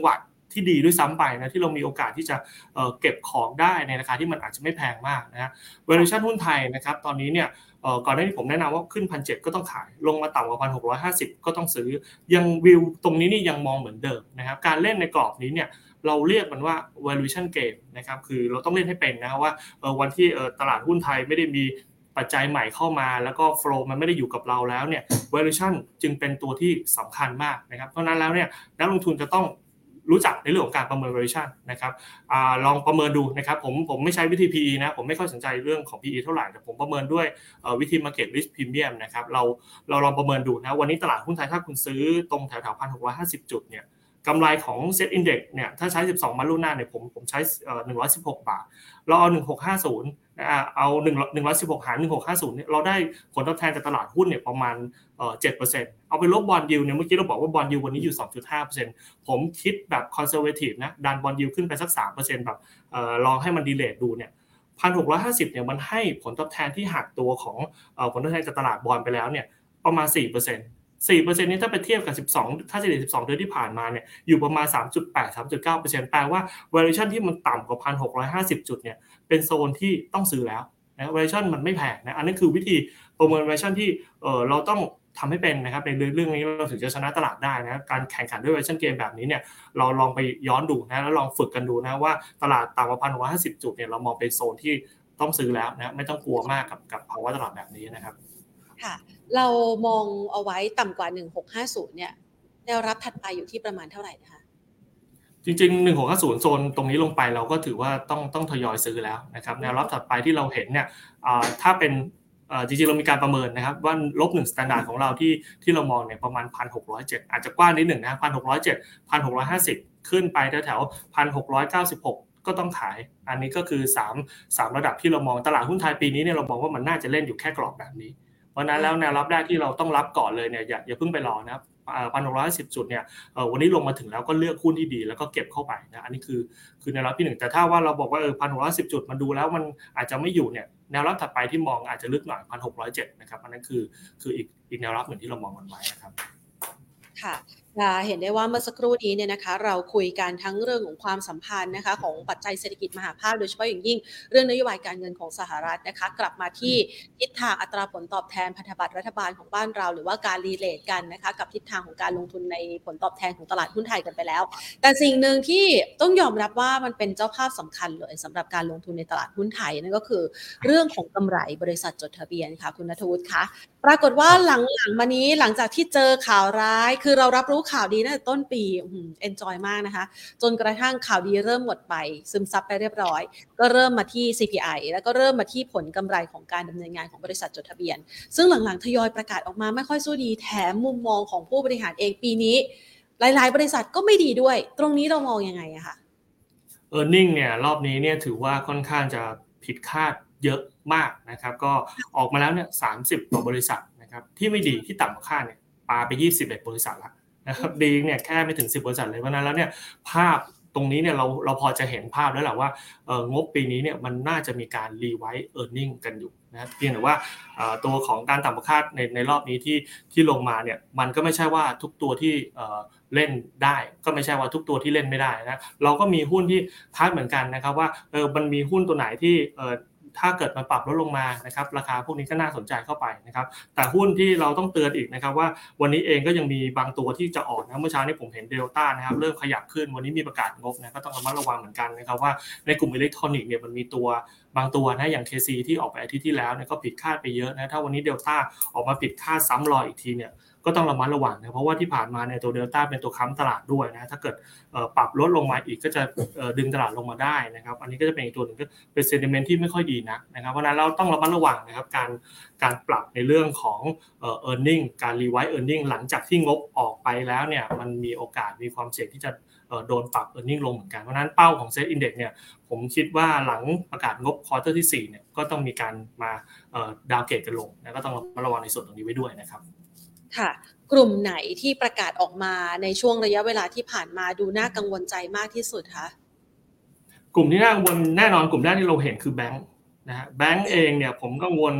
ที่ดีด้วยซ้ำไปนะที่เรามีโอกาสที่จะเอ่อเก็บของได้ในราคาที่มันอาจจะไม่แพงมากนะฮะ valuation หุ้นไทยนะครับตอนนี้เนี่ยเอ่อก่อนหน้านี้ผมแนะนำว่าขึ้น หนึ่งพันเจ็ดร้อย ก็ต้องขายลงมาต่ำกว่า หนึ่งพันหกร้อยห้าสิบ ก็ต้องซื้อยังวิวตรงนี้นี่ยังมองเหมือนเดิมนะครับการเล่นในกรอบนี้เนี่ยเราเรียกมันว่า valuation game นะครับคือเราต้องเล่นให้เป็นนะครับว่าเอ่อวันที่เอ่อตลาดหุ้นไทยไม่ได้มีปัจจัยใหม่เข้ามาแล้วก็โฟลว์มันไม่ได้อยู่กับเราแล้วเนี่ย valuation จึงเป็นตัวที่สำคัญมากนะครับเพราะนั้นแล้วเนี่ยนักลงทุนจะต้องรู้จักในเรื่องของการประเมิน valuation นะครับอ่าลองประเมินดูนะครับผมผมไม่ใช้วิธี พี อี นะผมไม่ค่อยสนใจเรื่องของ พี อี เท่าไหร่แต่ผมประเมินด้วยเอ่อวิธี market risk premium นะครับเราเราลองประเมินดูนะวันนี้ตลาดหุ้นไทยถ้าคุณซื้อตรงแถวๆ หนึ่งพันหกร้อยห้าสิบ จุดเนี่ยกำไรของ Set Index เนี่ยถ้าใช้สิบสองวันล่วงหน้าเนี่ยผมผมใช้เอ่อหนึ่งร้อยสิบหกบาทเราเอาหนึ่งพันหกร้อยห้าสิบนะอ่ะเอาหนึ่ง หนึ่งร้อยสิบหกหารหนึ่งพันหกร้อยห้าสิบเนี่ยเราได้ผลตอบแทนจากตลาดหุ้นเนี่ยประมาณเอ่อ เจ็ดเปอร์เซ็นต์ เอาไปลบบอนด์ยิลด์เนี่ยเมื่อกี้เราบอกว่าบอนด์ยิลด์วันนี้อยู่ สองจุดห้าเปอร์เซ็นต์ ผมคิดแบบ conservative นะดันบอนด์ยิลด์ขึ้นไปสัก สามเปอร์เซ็นต์ แบบเอ่อลองให้มันดีเลทดูเนี่ย หนึ่งพันหกร้อยห้าสิบ เนี่ยมันให้ผลตอบแทนที่หักตัวของเอ่อผลตอบแทนจากตลาดบอนด์ไปแล้วเนี่ยประมาณ สี่เปอร์เซ็นต์สี่เปอร์เซ็นต์ นี้ถ้าไปเทียบกับสิบสองค่าเฉลี่ยสิบสองเดือนที่ผ่านมาเนี่ยอยู่ประมาณ สามจุดแปด สามจุดเก้าเปอร์เซ็นต์ แปลว่า valuation ที่มันต่ำกว่า หนึ่งพันหกร้อยห้าสิบ จุดเนี่ยเป็นโซนที่ต้องซื้อแล้วนะ valuation มันไม่แพงนะอันนั้นคือวิธีประเมิน valuation ที่เอ่อเราต้องทำให้เป็นนะครับในเรื่องนี้เราถึงจะชนะตลาดได้นะการแข่งขันด้วย valuation game แบบนี้เนี่ยเราลองไปย้อนดูนะแล้วลองฝึกกันดูนะว่าตลาดต่ำกว่า หนึ่งพันหกร้อยห้าสิบ จุดเนี่ยเรามองเป็นโซนที่ต้องซื้อแล้วนะไม่ต้องกลัวมากกับกับภาวะตลาดแบบนี้นะครับค่ะเรามองเอาไว้ต่ำกว่าหนึ่งพันหกร้อยห้าสิบเนี่ยแนวรับถัดไปอยู่ที่ประมาณเท่าไหร่นะคะจริงๆหนึ่งพันหกร้อยห้าสิบโซนตรงนี้ลงไปเราก็ถือว่าต้องต้องทยอยซื้อแล้วนะครับแนวรับถัดไปที่เราเห็นเนี่ยอ่าถ้าเป็นเอ่อจริงๆเรามีการประเมินนะครับว่าลบหนึ่งสแตนดาร์ดของเราที่ที่เรามองเนี่ยประมาณ หนึ่งพันหกร้อยเจ็ด อาจจะกว้างนิดหนึ่งนะ หนึ่งพันหกร้อยเจ็ด หนึ่งพันหกร้อยห้าสิบ ขึ้นไปแถวๆ หนึ่งพันหกร้อยเก้าสิบหก ก็ต้องขายอันนี้ก็คือ3 3ระดับที่เรามองตลาดหุ้นไทยปีนี้เนี่ยเรามองว่ามันน่าจะเล่นอยู่แค่กรอบแบบนี้เพราะนั้นแล้วแนวรับแรกที่เราต้องรับก่อนเลยเนี่ยอย่าอย่าเพิ่งไปรอนะครับหนึ่งพันหกร้อยห้าสิบ จุดเนี่ยเอ่อวันนี้ลงมาถึงแล้วก็เลือกหุ้นที่ดีแล้วก็เก็บเข้าไปนะอันนี้คือคือแนวรับที่หนึ่งแต่ถ้าว่าเราบอกว่าเออ หนึ่งพันหกร้อยห้าสิบ จุดมันดูแล้วมันอาจจะไม่อยู่เนี่ยแนวรับถัดไปที่มองอาจจะลึกหน่อย หนึ่งพันหกร้อยเจ็ด นะครับอันนั้นคือคืออีกอีกแนวรับหนึ่งที่เรามองกันไว้นะครับค่ะเห็นได้ว่าเมื่อสักครู่นี้เนี่ยนะคะเราคุยกันทั้งเรื่องของความสัมพันธ์นะคะของปัจจัยเศรษฐกิจมหาภาคโดยเฉพาะอย่างยิ่งเรื่องนโยบายการเงินของสหรัฐนะคะกลับมาที่ทิศทางอัตราผลตอบแทนพันธบัตรรัฐบาลของบ้านเราหรือว่าการรีเลทกันนะคะกับทิศทางของการลงทุนในผลตอบแทนของตลาดหุ้นไทยกันไปแล้วแต่สิ่งหนึ่งที่ต้องยอมรับว่ามันเป็นเจ้าภาพสำคัญเลยสำหรับการลงทุนในตลาดหุ้นไทยนั่นก็คือเรื่องของกำไรบริษัทจดทะเบียนค่ะคุณณัฐวุฒิคะปรากฏว่าหลังๆมานี้หลังจากที่เจอข่าวร้ายคือเรารับรู้ข่าวดีตั้งแต่ต้นปีเอนจอยมากนะคะจนกระทั่งข่าวดีเริ่มหมดไปซึมซับไปเรียบร้อยก็เริ่มมาที่ ซี พี ไอ แล้วก็เริ่มมาที่ผลกำไรของการดำเนินงานของบริษัทจดทะเบียนซึ่งหลังๆทยอยประกาศออกมาไม่ค่อยสู้ดีแถมมุมมองของผู้บริหารเองปีนี้หลายๆบริษัทก็ไม่ดีด้วยตรงนี้เรามองยังไงอะคะ earning เนี่ยรอบนี้เนี่ยถือว่าค่อนข้างจะผิดคาดเยอะมากนะครับก็ออกมาแล้วเนี่ยสามสิบกว่าบริษัทนะครับที่ไม่ดีที่ต่ำกว่าคาดเนี่ยปาไปยี่สิบเอ็ดบริษัทละนะครับดีเนี่ยแค่ไม่ถึงสิบบริษัทเลยเพราะนั้นแล้วเนี่ยภาพตรงนี้เนี่ยเราเราพอจะเห็นภาพแล้วแหละว่าเอ่องบปีนี้เนี่ยมันน่าจะมีการรีไวซ์ earning กันอยู่นะเพียงแต่ว่าเอ่อตัวของการต่ำกว่าคาดในในรอบนี้ที่ที่ลงมาเนี่ยมันก็ไม่ใช่ว่าทุกตัวที่เอ่อเล่นได้ก็ไม่ใช่ว่าทุกตัวที่เล่นไม่ได้นะเราก็มีหุ้นที่คาดเหมือนกันนะครับว่าเออมันมีหุ้นตัวไหนที่เอ่อถ้าเกิดมันปรับลดลงมานะครับราคาพวกนี้ก็น่าสนใจเข้าไปนะครับแต่หุ้นที่เราต้องเตือนอีกนะครับว่าวันนี้เองก็ยังมีบางตัวที่จะออกนะเมื่อเช้านี้ผมเห็น Delta นะครับเริ่มขยับขึ้นวันนี้มีประกาศงบนะก็ต้องระมัดระวังเหมือนกันนะครับว่าในกลุ่มอิเล็กทรอนิกส์เนี่ยมันมีตัวบางตัวนะอย่าง เค ซี ที่ออกไปอาทิตย์ที่แล้วเนี่ยก็ผิดคาดไปเยอะนะถ้าวันนี้ Delta ออกมาผิดคาดซ้ำรอยอีกทีเนี่ยก็ต้องระมัดระวังนะเพราะว่าที่ผ่านมาในตัว Delta เป็นตัวค้ำตลาดด้วยนะถ้าเกิดปรับลดลงมาอีกก็จะดึงตลาดลงมาได้นะครับอันนี้ก็จะเป็นอีกตัวหนึ่งก็เป็น sentiment ที่ไม่ค่อยดีนักนะครับเพราะนั้นเราต้องระมัดระวังนะครับการการปรับในเรื่องของเอ่อ earning การ revise earning หลังจากที่งบออกไปแล้วเนี่ยมันมีโอกาสมีความเสี่ยงที่จะโดนปรับ earning ลงเหมือนกันเพราะนั้นเป้าของ Set Index เนี่ยผมคิดว่าหลังประกาศงบ quarter ที่สี่เนี่ยก็ต้องมีการมาเอ่อดาวเกรดกันลงนะก็ต้องระวังในส่วนตรงนี้ไว้ด้วยนะครับค่ะกลุ่มไหนที่ประกาศออกมาในช่วงระยะเวลาที่ผ่านมาดูน่ากังวลใจมากที่สุดคะกลุ่มที่น่ากังวลแน่นอนกลุ่มแรกที่เราเห็นคือแบงค์นะฮะแบงค์เองเนี่ยผมกังวล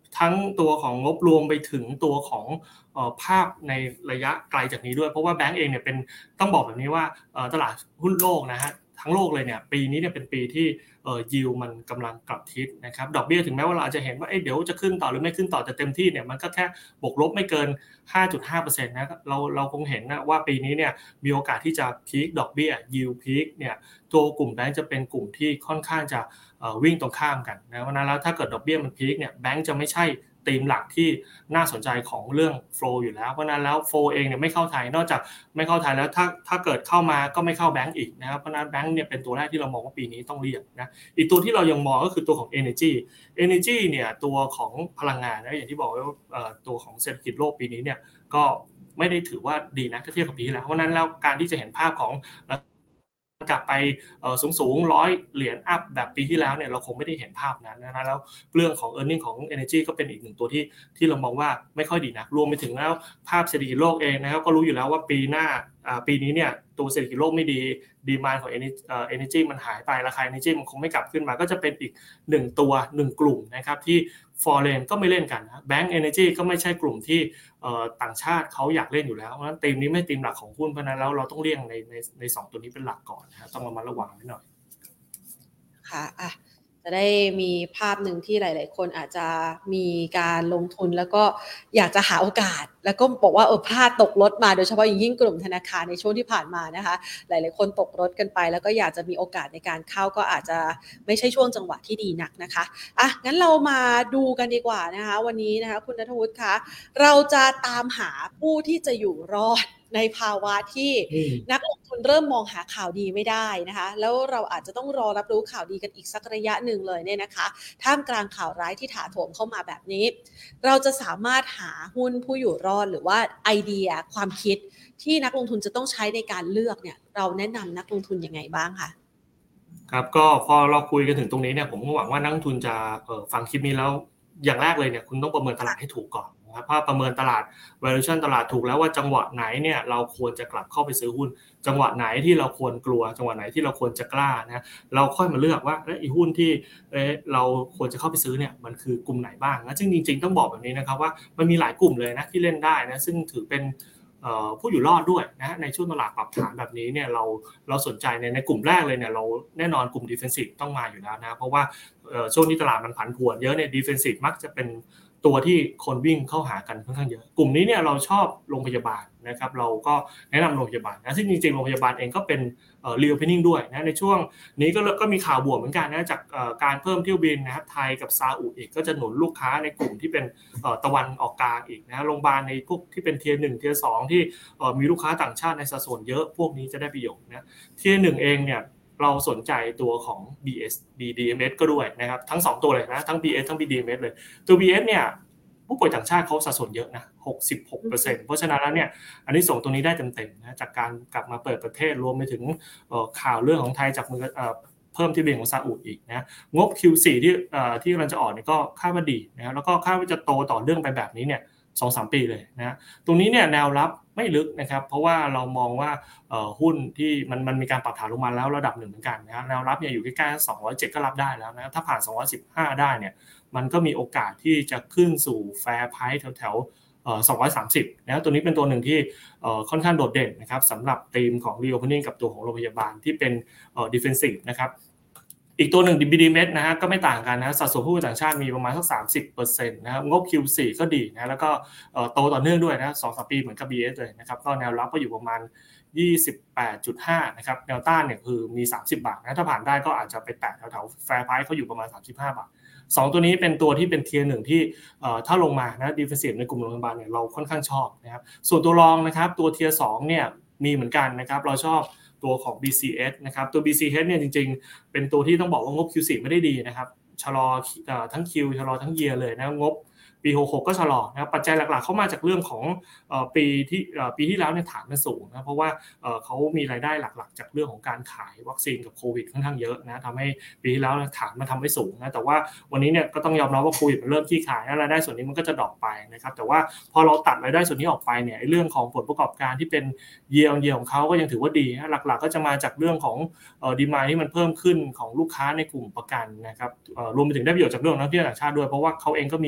ทั้งตัวของงบรวมไปถึงตัวของเอ่อภาพในระยะไกลจากนี้ด้วยเพราะว่าแบงก์เองเนี่ยเป็นต้องบอกแบบนี้ว่าเอ่อตลาดหุ้นโลกนะฮะทั้งโลกเลยเนี่ยปีนี้เนี่ยเป็นปีที่เอ่อ yield มันกำลังกลับทิศนะครับดอกเบี้ยถึงแม้ว่าเราอาจจะเห็นว่าเอ๊ะเดี๋ยวจะขึ้นต่อหรือไม่ขึ้นต่อแต่เต็มที่เนี่ยมันก็แค่บวกลบไม่เกิน ห้าจุดห้าเปอร์เซ็นต์ นะเราเราคงเห็นนะว่าปีนี้เนี่ยมีโอกาสที่จะพีคดอกเบี้ย yield peak เนี่ยตัวกลุ่มแบงก์จะเป็นกลุ่มที่ค่อนข้างจะเอ่อวิ่งตรงข้ามกันนะเพราะนั้นแล้วถ้าเกิดดอกเบี้ยมันพีคเนี่ยแบงก์จะไม่ใช่ธีมหลักที่น่าสนใจของเรื่อง flow อยู่แล้วเพราะนั้นแล้ว flow เองเนี่ยไม่เข้าไทยนอกจากไม่เข้าไทยแล้วถ้าถ้าเกิดเข้ามาก็ไม่เข้าแบงก์อีกนะครับเพราะนั้นแบงก์เนี่ยเป็นตัวแรกที่เรามองว่าปีนี้ต้องเรียกนะอีกตัวที่เรายังมองก็คือตัวของ energy energy เนี่ยตัวของพลังงานนะอย่างที่บอกไว้ว่าเอ่อตัวของเศรษฐกิจโลกปีนี้เนี่ยก็ไม่ได้ถือว่าดีนะถ้าเทียบกับปีที่แล้วเพราะนั้นแล้วการที่จะเห็นภาพของกลับไปสูงสูงร้อยเหรียญอัพแบบปีที่แล้วเนี่ยเราคงไม่ได้เห็นภาพนั้นนะแล้วเรื่องของ earning ของ energy ก็เป็นอีกหนึ่งตัวที่ที่เรามองว่าไม่ค่อยดีนะรวมไปถึงแล้วภาพเศรษฐกิจโลกเองนะครับก็รู้อยู่แล้วว่าปีหน้าปีนี้เนี่ยตัวเศรษฐกิจโลกไม่ดีดีมานด์ของ energy มันหายไปราคา energy มันคงไม่กลับขึ้นมาก็จะเป็นอีกหนึ่งตัวหนึ่งกลุ่มนะครับที่ foreign ก็ไม่เล่นกันนะ Bank Energy ก็ไม่ใช่กลุ่มที่ต่างชาติเขาอยากเล่นอยู่แล้วเพราะฉะนั้นธีมนี้ไม่ธีมหลักของหุ้นเพราะนั้นแล้วเราต้องเลี่ยงในในในสองตัวนี้เป็นหลักก่อนนะครับต้องระมัดระวังไว้หน่อยค่ะอ่ะจะได้มีภาพหนึ่งที่หลายๆคนอาจจะมีการลงทุนแล้วก็อยากจะหาโอกาสแล้วก็บอกว่าเออพลาดตกรถมาโดยเฉพาะอย่างยิ่งกลุ่มธนาคารในช่วงที่ผ่านมานะคะหลายๆคนตกรถกันไปแล้วก็อยากจะมีโอกาสในการเข้าก็อาจจะไม่ใช่ช่วงจังหวะที่ดีนักนะคะอ่ะงั้นเรามาดูกันดีกว่านะคะวันนี้นะคะคุณณัฐวุฒิคะเราจะตามหาผู้ที่จะอยู่รอดในภาวะที่นักลงทุนเริ่มมองหาข่าวดีไม่ได้นะคะแล้วเราอาจจะต้องรอรับรู้ข่าวดีกันอีกสักระยะหนึ่งเลยเนี่ยนะคะท่ามกลางข่าวร้ายที่ถาโถมเข้ามาแบบนี้เราจะสามารถหาหุ้นผู้อยู่รอดหรือว่าไอเดียความคิดที่นักลงทุนจะต้องใช้ในการเลือกเนี่ยเราแนะนำนักลงทุนยังไงบ้างคะครับก็พอเราคุยกันถึงตรงนี้เนี่ยผมก็หวังว่านักลงทุนจะฟังคลิปนี้แล้วอย่างแรกเลยเนี่ยคุณต้องประเมินตลาดให้ถูกก่อนนะครับถ้าประเมินตลาด valuation ตลาดถูกแล้วว่าจังหวะไหนเนี่ยเราควรจะกลับเข้าไปซื้อหุ้นจังหวะไหนที่เราควรกลัวจังหวะไหนที่เราควรจะกล้านะเราค่อยมาเลือกว่าไอ้หุ้นที่เอ๊ะเราควรจะเข้าไปซื้อเนี่ยมันคือกลุ่มไหนบ้างนะซึ่งจริงๆต้องบอกแบบนี้นะครับว่ามันมีหลายกลุ่มเลยนะที่เล่นได้นะซึ่งถือเป็นผู้อยู่รอดด้วยนะในช่วงตลาดปรับฐานแบบนี้เนี่ยเราเราสนใจในในกลุ่มแรกเลยเนี่ยเราแน่นอนกลุ่ม defensive ต้องมาอยู่แล้วนะเพราะว่าช่วงนี้ตลาดมันผันผวนเยอะเนี่ย defensive มักจะเป็นตัวที่คนวิ่งเข้าหากันค่อนข้างเยอะกลุ่มนี้เนี่ยเราชอบโรงพยาบาลนะครับเราก็แนะนำโรงพยาบาลนะซึ่งจริงๆโรงพยาบาลเองก็เป็นเอ่อ reopening ด้วยนะในช่วงนี้ก็ก็มีข่าวบวกเหมือนกันนะจากการเพิ่มเที่ยวบินนะครับไทยกับซาอุอีกก็จะหนุนลูกค้าในกลุ่มที่เป็นตะวันออกกลางอีกนะโรงพยาบาลในพวกที่เป็นเทียร์หนึ่งเทียร์สองที่มีลูกค้าต่างชาติในสัดส่วนเยอะพวกนี้จะได้ประโยชน์นะเทียร์หนึ่งเองเนี่ยเราสนใจตัวของ บี เอส บี ดี เอ็ม เอส ก็ด้วยนะครับทั้งสองตัวเลยนะทั้ง บี เอส ทั้ง บี ดี เอ็ม เอส เลยตัว บี เอส เนี่ยผู้ป่วยต่างชาติเขาสัดส่วนเยอะนะ หกสิบหกเปอร์เซ็นต์ เพราะฉะนั้นแล้วเนี่ยอันนี้ส่งตรงนี้ได้เต็มๆนะจากการกลับมาเปิดประเทศรวมไปถึงข่าวเรื่องของไทยจากมือเพิ่มที่เบงของซาอุอีกนะงบ คิว โฟร์ ที่ที่กำลังจะออกเนี่ยก็คาดว่าดีนะแล้วก็คาดว่าจะโตต่อเนื่องไปแบบนี้เนี่ย สองถึงสาม ปีเลยนะตรงนี้เนี่ยแนวรับไม่ลึกนะครับเพราะว่าเรามองว่าหุ้นที่มันมันมีการปรับฐานลงมาแล้วระดับหนึ่งเหมือนกันนะแนวรับเนี่ยอยู่ใกล้ๆสองร้อยเจ็ดก็รับได้แล้วนะถ้าผ่านสองร้อยสิบห้าได้เนี่ยมันก็มีโอกาสที่จะขึ้นสู่แฟร์ไพรซ์แถวๆสองร้อยสามสิบนะตัวนี้เป็นตัวหนึ่งที่ค่อนข้างโดดเด่นนะครับสำหรับธีมของ reopening กับตัวของโรงพยาบาลที่เป็น defensive นะครับอีกตัวหนึ่ง บี ดี เอ็ม เอส นะฮะก็ไม่ต่างกันนะสัดส่วนผู้ต่างชาติมีประมาณสัก สามสิบเปอร์เซ็นต์ นะครับงบ คิว โฟร์ ก็ดีนะแล้วก็โตต่อเนื่องด้วยนะ สองถึงสาม ปีเหมือนกับ บี เอส เลยนะครับก็แนวรับก็อยู่ประมาณ ยี่สิบแปดจุดห้า นะครับแนวต้านเนี่ยคือมีสามสิบบาทนะถ้าผ่านได้ก็อาจจะไปแตะแถวๆ fair price เขาอยู่ประมาณสามสิบห้าบาทสองตัวนี้เป็นตัวที่เป็นเทียร์หนึ่งที่ถ้าลงมานะ defensive ในกลุ่มโรงพยาบาลเนี่ยเราค่อนข้างชอบนะครับส่วนตัวรองนะครับตัวเทียร์สองเนี่ยมีเหมือนกันนะครับเราชอบตัวของ บี ซี เอส นะครับตัว บี ซี เอส เนี่ยจริงๆเป็นตัวที่ต้องบอกว่างบ คิว โฟร์ ไม่ได้ดีนะครับชะลอทั้ง Q ชะลอทั้ง Year เลยนะงบปีหกสิบหกก็ชะลอนะครับปัจจัยหลักๆเข้ามาจากเรื่องของเอ่อปีที่เอ่อปีที่แล้วเนี่ยฐานมันสูงนะเพราะว่าเอ่อเขามีรายได้หลักๆจากเรื่องของการขายวัคซีนกับโควิดค่อนข้างเยอะนะทำให้ปีที่แล้วฐานมันทำไว้สูงนะแต่ว่าวันนี้เนี่ยก็ต้องยอมรับว่าโควิดมันเริ่มขี้ขายและรายได้ส่วนนี้มันก็จะดรอปไปนะครับแต่ว่าพอเราตัดรายได้ส่วนนี้ออกไปเนี่ยเรื่องของผลประกอบการที่เป็น Year on Year ของเขาก็ยังถือว่าดีนะหลักๆก็จะมาจากเรื่องของเอ่อ demand ที่มันเพิ่มขึ้นของลูกค้าในกลุ่มประกันนะครับเอ่อรวมไปถึงได้ประโยชน์จากเรื่องนักท่องเที่ยวต่างชาติด้วยเพราะว่าเขาเองก็มี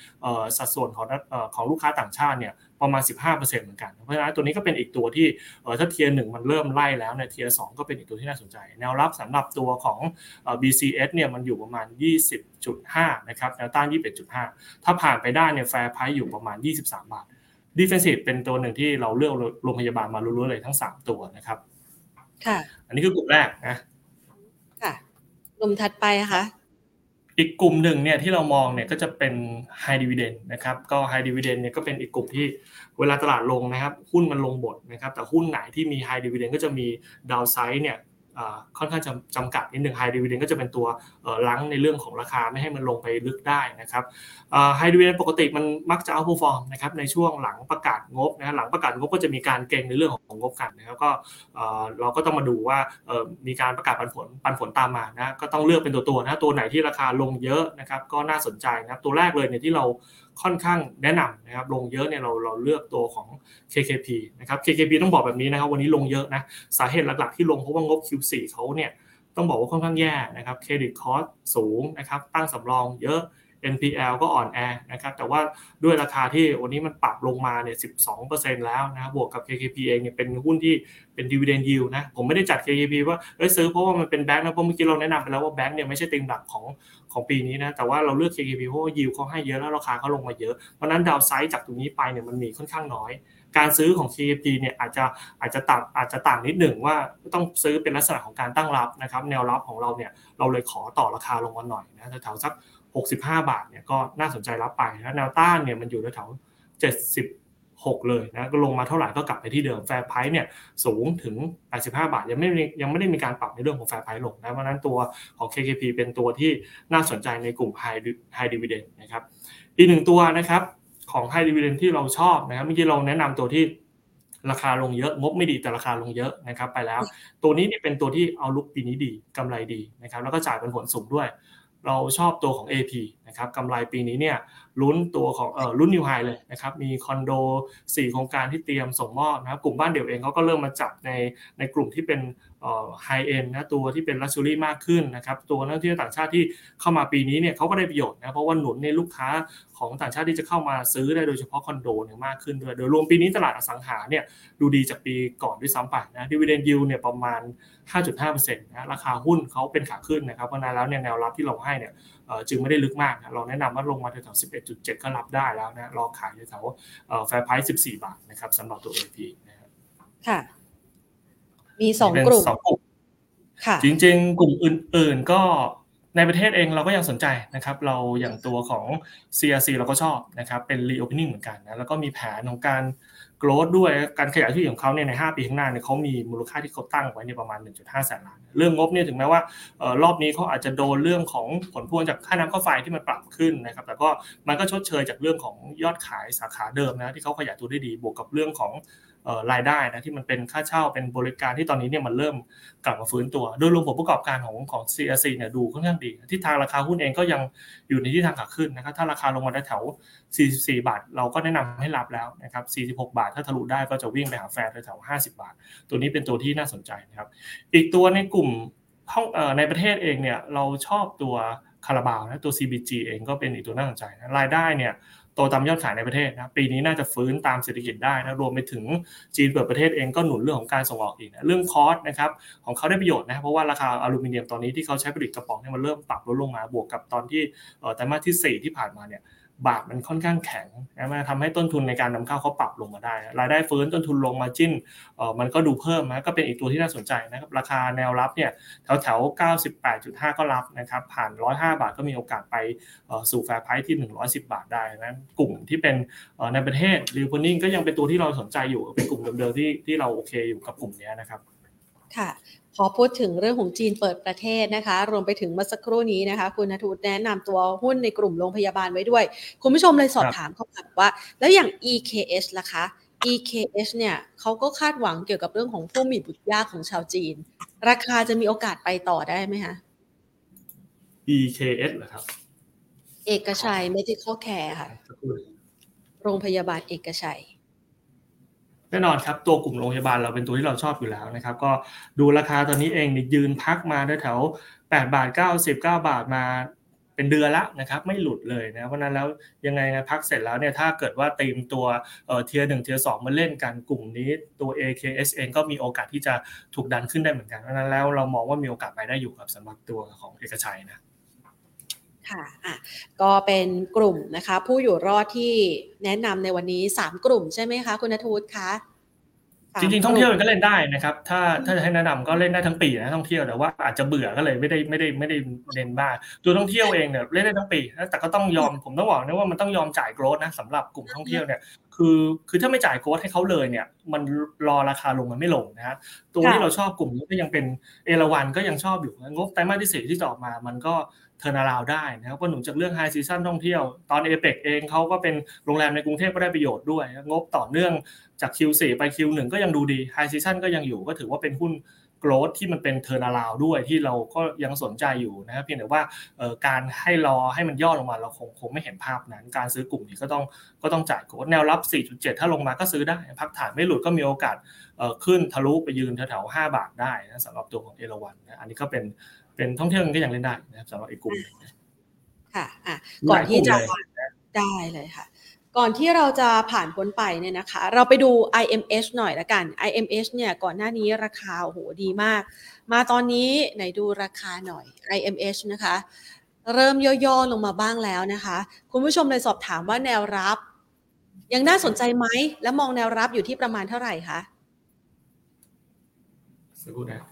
เอ่อสัดส่วนของเอ่อของลูกค้าต่างชาติเนี่ยประมาณ สิบห้าเปอร์เซ็นต์ เหมือนกันเพราะฉะนั้นตัวนี้ก็เป็นอีกตัวที่เอ่อถ้าเทียร์หนึ่งมันเริ่มไล่แล้วเนี่ยเทียร์สองก็เป็นอีกตัวที่น่าสนใจแนวรับสำหรับตัวของเอ่อ บี ซี เอส เนี่ยมันอยู่ประมาณ ยี่สิบจุดห้า นะครับแนวต้าน ยี่สิบเอ็ดจุดห้า ถ้าผ่านไปได้เนี่ย Fair Price อยู่ประมาณยี่สิบสามบาท Defensive เป็นตัวหนึ่งที่เราเลือกโรงพยาบาลมาล้วนๆเลยทั้งสามตัวนะครับค่ะอันนี้คือกลุ่มแรกนะค่ะกลุ่มถัดไปค่ะอีกกลุ่มหนึ่งเนี่ยที่เรามองเนี่ยก็จะเป็น High Dividend นะครับก็ High Dividend เนี่ยก็เป็นอีกกลุ่มที่เวลาตลาดลงนะครับหุ้นมันลงบทนะครับแต่หุ้นไหนที่มี High Dividend ก็จะมี Downside เนี่ยค่อนข้างจำจำกัดนิดนึง High Dividend ก็จะเป็นตัวรั้งในเรื่องของราคาไม่ให้มันลงไปลึกได้นะครับ High Dividend ปกติมันมักจะ Outperform นะครับในช่วงหลังประกาศงบนะหลังประกาศงบก็จะมีการเก็งในเรื่องของงบกันนะครับก็เราก็ต้องมาดูว่ามีการประกาศปันผลปันผลตามมานะก็ต้องเลือกเป็นตัวๆนะตัวไหนที่ราคาลงเยอะนะครับก็น่าสนใจนะครับตัวแรกเลยเนี่ยที่เราค่อนข้างแนะนำนะครับลงเยอะเนี่ยเราเราเลือกตัวของ เค เค พี นะครับ เค เค พี ต้องบอกแบบนี้นะครับวันนี้ลงเยอะนะสาเหตุหลักๆที่ลงเพราะว่างบ คิว โฟร์ เขาเนี่ยต้องบอกว่าค่อนข้างแย่นะครับเครดิตคอสสูงนะครับตั้งสำรองเยอะ เอ็น พี แอล ก็อ่อนแอนะครับแต่ว่าด้วยราคาที่วันนี้มันปรับลงมาเนี่ย สิบสองเปอร์เซ็นต์ แล้วนะครับบวกกับ เค เค พี เองเนี่ยเป็นหุ้นที่เป็น Dividend Yield นะผมไม่ได้จัด เค เค พี ว่าเอ้ยซื้อเพราะว่ามันเป็นแบงค์นะเพราะเมื่อกี้เราแนะนำไปแล้วว่าแบงค์เนี่ยไม่ใช่ธีมหลักของของปีนี้นะแต่ว่าเราเลือก เค เค พี เพราะว่า Yield เขาให้เยอะแล้วราคาเขาลงมาเยอะเพราะนั้นดาวไซด์จากตรงนี้ไปเนี่ยมันมีค่อนข้างน้อยการซื้อของ เค เค พี เนี่ยอาจจะอาจจะต่างอาจจะต่างนิดหนึ่งว่าต้องซื้อเป็นลักษณะของการตั้งรับนะครับแนวรับของเราเนี่ยเราเลยขอต่อราคาลงมาหน่อยนะแถวๆสักหกสิบห้าบาทเนี่ยก็น่าสนใจรับไปนะแนวต้านเนี่ยมันอยู่แถวๆเจ็ดสิบหกเลยนะก็ลงมาเท่าไหร่ก็กลับไปที่เดิม Fair Price เนี่ยสูงถึงแปดสิบห้าบาทยังไม่ยังไม่ได้มีการปรับในเรื่องของ Fair Price ลงนะเพราะนั้นตัวของ เค เค พี เป็นตัวที่น่าสนใจในกลุ่ม High High Dividend นะครับอีกหนึ่งตัวนะครับของ High Dividend ที่เราชอบนะครับเมื่อกี้เราแนะนำตัวที่ราคาลงเยอะงบไม่ดีแต่ราคาลงเยอะนะครับไปแล้วตัวนี้เนี่ยเป็นตัวที่เอาลุกปีนี้ดีกำไรดีนะครับแล้วก็จ่ายเป็นผลสูงด้วยเราชอบตัวของ เอ พี นะครับกำไรปีนี้เนี่ยลุ้นตัวของเอ่อลุ้นนิวไฮเลยนะครับมีคอนโดสี่โครงการที่เตรียมส่งมอบนะครับกลุ่มบ้านเดี่ยวเองเขาก็เริ่มมาจับในในกลุ่มที่เป็นเอ่อไฮเอนด์นะตัวที่เป็นลักชัวรี่มากขึ้นนะครับตัวนักท่องเที่ยวต่างชาติที่เข้ามาปีนี้เนี่ยเขาก็ได้ประโยชน์นะเพราะว่าหนุนในลูกค้าของต่างชาติที่จะเข้ามาซื้อได้โดยเฉพาะคอนโดเนี่ยมากขึ้นด้วยโดยรวมปีนี้ตลาดอสังหาเนี่ยดูดีจากปีก่อนด้วยซ้ำไปนะ Dividend Yield เนี่ยประมาณ ห้าจุดห้าเปอร์เซ็นต์ นะราคาหุ้นเขาเป็นขาขึ้นนะครับเพราะนั้นแล้วเนี่ยแนวรับที่เราให้เนี่ยจึงไม่ได้ลึกมากนะเราแนะนำว่าลงมาแถวๆ สิบเอ็ดจุดเจ็ด ก็รับได้แล้วนะรอขายแถวๆ Fair Price สิบสี่บาทนะครับสำหรับตัว เอ พี นะครับค่ะมีสองกลุ่มค่ะจริงๆกลุ่มอื่นๆก็ในประเทศเองเราก็ยังสนใจนะครับเราอย่างตัวของ ซี อาร์ ซี เราก็ชอบนะครับเป็น reopening เหมือนกันนะแล้วก็มีแผนของการ growth ด้วยการขยายธุรกิจของเขาเนี่ยในห้าปีข้างหน้าเนี่ยเขามีมูลค่าที่เขาตั้งไว้เนี่ยประมาณ หนึ่งจุดห้า แสนล้านเรื่องงบเนี่ยถึงแม้ว่าเอ่อรอบนี้เขาอาจจะโดนเรื่องของผลพวงจากค่าน้ำค่าไฟที่มันปรับขึ้นนะครับแต่ก็มันก็ชดเชยจากเรื่องของยอดขายสาขาเดิมนะที่เขาขยายตัวได้ดีบวกกับเรื่องของเอ่อรายได้นะที่มันเป็นค่าเช่าเป็นบริการที่ตอนนี้เนี่ยมันเริ่มกลับมาฟื้นตัวโดยรวมผลประกอบการของของ ซี อาร์ ซี เนี่ยดูค่อนข้างดีทิศทางราคาหุ้นเองก็ยังอยู่ในทิศทางขาขึ้นนะครับถ้าราคาลงมาแถวสี่สิบสี่บาทเราก็แนะนำให้รับแล้วนะครับสี่สิบหกบาทถ้าทะลุได้ก็จะวิ่งไปหาแฟร์แถวห้าสิบบาทตัวนี้เป็นตัวที่น่าสนใจนะครับอีกตัวในกลุ่มห้องเอ่อในประเทศเองเนี่ยเราชอบตัวคาราบาวนะตัว ซี บี จี เองก็เป็นอีกตัวน่าสนใจนะรายได้เนี่ยโตตามยอดขายในประเทศนะปีนี้น่าจะฟื้นตามเศรษฐกิจได้นะรวมไปถึงจีนเปิดประเทศเองก็หนุนเรื่องของการส่งออกอีกนะเรื่องคอสนะครับของเขาได้ประโยชน์นะเพราะว่าราคาอลูมิเนียมตอนนี้ที่เขาใช้ผลิตกระป๋องเนี่ยมันเริ่มปรับลดลงมาบวกกับตอนที่เอ่อไตรมาสที่สี่ที่ผ่านมาเนี่ยบาทมันค่อนข้างแข็งนะมันทำให้ต้นทุนในการนำเข้าเขาปรับลงมาได้รายได้ฟื้นต้นทุนลงมาจิ้นเอ่อมันก็ดูเพิ่มนะก็เป็นอีกตัวที่น่าสนใจนะครับราคาแนวรับเนี่ยแถวๆ เก้าสิบแปดจุดห้า ก็รับนะครับผ่านหนึ่งร้อยห้าบาทก็มีโอกาสไปเอ่อสู่ Fair Price ที่หนึ่งร้อยสิบบาทได้นะกลุ่มที่เป็นเอ่อในประเทศ Reopening ก็ยังเป็นตัวที่เราสนใจอยู่เป็นกลุ่มเดิมๆที่ที่เราโอเคอยู่กับกลุ่มนี้นะครับค่ะพอพูดถึงเรื่องของจีนเปิดประเทศนะคะรวมไปถึงเมื่อสักครู่นี้นะคะคุณณัฐวุฒิแนะนำตัวหุ้นในกลุ่มโรงพยาบาลไว้ด้วยคุณผู้ชมเลยสอบถามเข้ามาว่าแล้วอย่าง อี เค เอช ล่ะคะ อี เค เอช เนี่ยเขาก็คาดหวังเกี่ยวกับเรื่องของผู้มีบุตรยากของชาวจีนราคาจะมีโอกาสไปต่อได้ไหมคะอี เค เอช เหรอครับเอกชัย Medical Care ค่ะโรงพยาบาลเอกชัยแน่นอนครับตัวกลุ่มโรงพยาบาลเราเป็นตัวที่เราชอบอยู่แล้วนะครับก็ดูราคาตอนนี้เองนี่ยืนพักมาแถวๆแปดบาทเก้าสิบเก้าบาทมาเเป็นเดือนแล้วนะครับไม่หลุดเลยนะเพราะนั้นแล้วยังไงพักเสร็จแล้วเนี่ยถ้าเกิดว่าตีมตัวเอ่อ Tier หนึ่ง Tier สองมาเล่นกันกลุ่มนี้ตัว เอ เค เอส เองก็มีโอกาสที่จะถูกดันขึ้นได้เหมือนกันเพราะนั้นแล้วเรามองว่ามีโอกาสไปได้อยู่ครับสำหรับตัวของเอกชัยนะค่ะอ่ะก็เป็นกลุ่มนะคะผู้อยู่รอดที่แนะนำในวันนี้สามกลุ่มใช่ไหมคะคุณณทูตคะจริงๆท่องเที่ยวก็เล่นได้นะครับถ้าถ้าจะให้แนะนำก็เล่นได้ทั้งปีนะท่องเที่ยวแต่ว่าอาจจะเบื่อก็เลยไม่ได้ไม่ได้ไม่ได้เน้นมากตัวท่องเที่ยวเองเนี่ยเล่นได้ทั้งปีแต่ก็ต้องยอมผมต้องบอกนะว่ามันต้องยอมจ่ายโกรธนะสำหรับกลุ่มท่องเที่ยวเนี่ยคือคือถ้าไม่จ่ายโกรธให้เขาเลยเนี่ยมันรอราคาลงมันไม่ลงนะฮะตัวที่เราชอบกลุ่มนี้ก็ยังเป็นเอราวัณก็ยังชอบอยู่งบไตรมาสที่สี่ที่จะออกมามันก็เทอร์นาราวด์ได้นะครับก็หนุนจากเรื่องไฮซีซั่นท่องเที่ยวตอน เอ เปค เองเขาก็เป็นโรงแรมในกรุงเทพก็ได้ประโยชน์ด้วยงบต่อเนื่องจาก คิว โฟร์ ไป คิว วัน ก็ยังดูดีไฮซีซั่นก็ยังอยู่ก็ถือว่าเป็นหุ้นโกรทที่มันเป็นเทอร์นาราวด์ด้วยที่เราก็ยังสนใจอยู่นะครับเพียงแต่ว่าเอ่อการให้รอให้มันย่อลงมาเราคงคงไม่เห็นภาพนั้นการซื้อกลุ่มนี้ก็ต้องก็ต้องจ่ายโกรทแนวรับ สี่จุดเจ็ด ถ้าลงมาก็ซื้อได้พักฐานไม่หลุดก็มีโอกาสเอ่อขึ้นทะลุไปยืนแถวๆห้าบาทได้นะสำหรับตัวของเอราวัณนะอันนี้ก็เป็นเป็นท่องเที่ยวก็ยังเล่นได้นะครับสำหรับอีกกลุ่มนึงค่ะอ่ะก่อนที่จะได้เลยค่ะก่อนที่เราจะผ่านพ้นไปเนี่ยนะคะเราไปดู ไอ เอ็ม เอช หน่อยละกัน ไอ เอ็ม เอช เนี่ยก่อนหน้านี้ราคาโอ้โหดีมากมาตอนนี้ไหนดูราคาหน่อย ไอ เอ็ม เอช นะคะเริ่มย่อๆลงมาบ้างแล้วนะคะคุณผู้ชมเลยสอบถามว่าแนวรับยังน่าสนใจไหมและมองแนวรับอยู่ที่ประมาณเท่าไหร่คะสักครู่นะ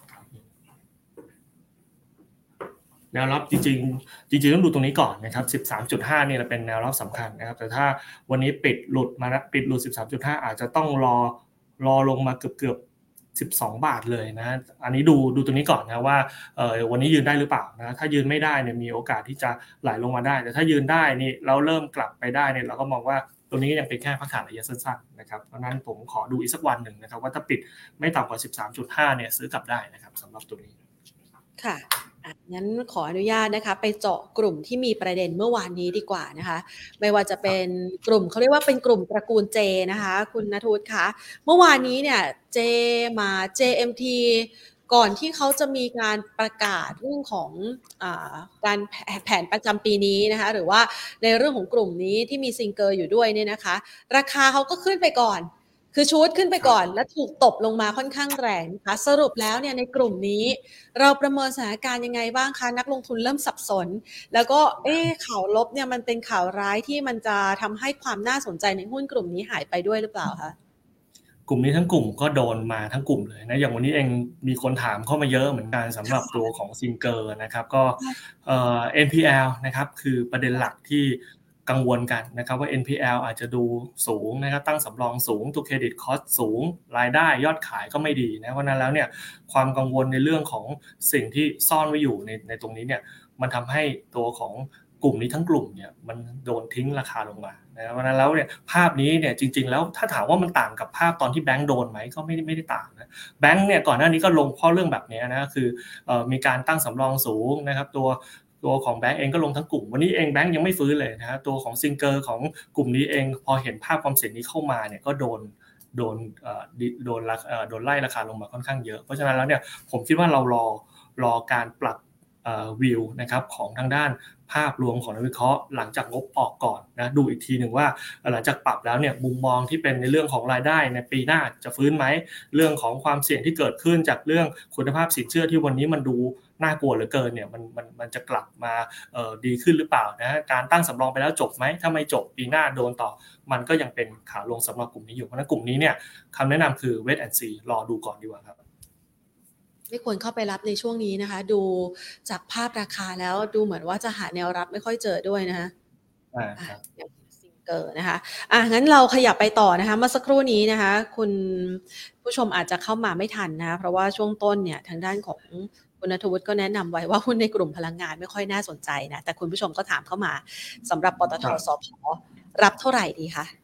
แนวรับจริงๆจริงๆต้องดูตรงนี้ก่อนนะครับ สิบสามจุดห้า นี่แหละเป็นแนวรับสำคัญนะครับแต่ถ้าวันนี้ปิดหลุดมาปิดหลุด สิบสามจุดห้า อาจจะต้องรอรอลงมาเกือบๆสิบสองบาทเลยนะอันนี้ดูดูตรงนี้ก่อนนะว่าเอ่อวันนี้ยืนได้หรือเปล่านะถ้ายืนไม่ได้เนี่ยมีโอกาสที่จะไหลลงมาได้แต่ถ้ายืนได้นี่เราเริ่มกลับไปได้เนี่ยเราก็มองว่าตรงนี้ยังเป็นแค่พักฐานระยะสั้นๆนะครับเพราะนั้นผมขอดูอีกสักวันหนึ่งนะครับว่าถ้าปิดไม่ต่ำกว่า สิบสามจุดห้า เนี่ยซื้อกลับได้นะครับสำหรับตัวนี้ค่ะงั้นขออนุญาตนะคะไปเจาะกลุ่มที่มีประเด็นเมื่อวานนี้ดีกว่านะคะไม่ว่าจะเป็นกลุ่มเขาเรียกว่าเป็นกลุ่มตระกูลเจนะคะคุณณทูตคะเมื่อวานนี้เนี่ยเจมา เจ เอ็ม ที ก่อนที่เขาจะมีการประกาศเรื่องของอ่าการแผนประจำปีนี้นะคะหรือว่าในเรื่องของกลุ่มนี้ที่มีซิงเกอร์อยู่ด้วยเนี่ยนะคะราคาเขาก็ขึ้นไปก่อนคือชูดขึ้นไปก่อนและถูกตบลงมาค่อนข้างแรงนะคะสรุปแล้วเนี่ยในกลุ่มนี้เราประเมินสถานการณ์ยังไงบ้างคะนักลงทุนเริ่มสับสนแล้วก็เอ๊ะข่าวลบเนี่ยมันเป็นข่าวร้ายที่มันจะทำให้ความน่าสนใจในหุ้นกลุ่มนี้หายไปด้วยหรือเปล่าคะกลุ่มนี้ทั้งกลุ่มก็โดนมาทั้งกลุ่มเลยนะอย่างวันนี้เองมีคนถามเข้ามาเยอะเหมือนกันสำหรับตัวของซิงเกอร์นะครับก็เอ่อ เอ็น พี แอล นะครับคือประเด็นหลักที่กังวลกันนะครับว่า เอ็น พี แอล อาจจะดูสูงนะครับตั้งสำรองสูงตัวเครดิตคอสสูงรายได้ยอดขายก็ไม่ดีนะเพราะนั้นแล้วเนี่ยความกังวลในเรื่องของสิ่งที่ซ่อนไว้อยู่ในในตรงนี้เนี่ยมันทำให้ตัวของกลุ่มนี้ทั้งกลุ่มเนี่ยมันโดนทิ้งราคาลงมานะเพราะนั้นแล้วเนี่ยภาพนี้เนี่ยจริงๆแล้วถ้าถามว่ามันต่างกับภาพตอนที่แบงก์โดนไหมก็ไม่ได้ไม่ได้ต่างนะแบงก์เนี่ยก่อนหน้านี้ก็ลงเพราะเรื่องแบบนี้นะคือเอ่อมีการตั้งสำรองสูงนะครับตัวตัวของแบงก์เองก็ลงทั้งกลุ่มวันนี้เองแบงก์ยังไม่ฟื้นเลยนะฮะตัวของซิงเกอร์ของกลุ่มนี้เองพอเห็นภาพความเสี่ยงนี้เข้ามาเนี่ยก็โดนโดนเอ่อโดนเอ่อโดนไล่ราคาลงมาค่อนข้างเยอะเพราะฉะนั้นแล้วเนี่ยผมคิดว่าเรารอรอการปรับวิวนะครับของทางด้านภาพรวมของนักวิเคราะห์หลังจากงบออกก่อนนะดูอีกทีหนึ่งว่าหลังจากปรับแล้วเนี่ยมุมมองที่เป็นในเรื่องของรายได้ในปีหน้าจะฟื้นไหมเรื่องของความเสี่ยงที่เกิดขึ้นจากเรื่องคุณภาพสินเชื่อที่วันนี้มันดูน่ากลัวเหลือเกินเนี่ยมันมันมันจะกลับมาเอ่อดีขึ้นหรือเปล่านะการตั้งสำรองไปแล้วจบไหมถ้าไม่จบปีหน้าโดนต่อมันก็ยังเป็นขาลงสำหรับกลุ่มนี้อยู่เพราะฉะนั้นกลุ่มนี้เนี่ยคำแนะนำคือ wait and see รอดูก่อนดีกว่าครับไม่ควรเข้าไปรับในช่วงนี้นะคะดูจากภาพราคาแล้วดูเหมือนว่าจะหาแนวรับไม่ค่อยเจอด้วยนะคะอ่าครับซิงเกอร์นะคะอ่ะงั้นเราขยับไปต่อนะคะเมื่อสักครู่นี้นะคะคุณผู้ชมอาจจะเข้ามาไม่ทันนะเพราะว่าช่วงต้นเนี่ยทางด้านของคุณณัฐวุฒิก็แนะนำไว้ว่าหุ้นในกลุ่มพลังงานไม่ค่อยน่าสนใจนะแต่คุณผู้ชมก็ถามเข้ามาสำหรับปตท.สผ.รับเท่าไหร่ดีคะ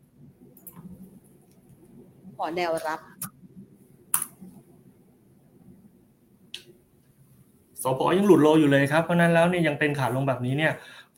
ขอแนวรับสผ.ยังหลุดโลอยู่เลยครับเพราะนั้นแล้วเนี่ยยังเป็นขาลงแบบนี้เนี่ย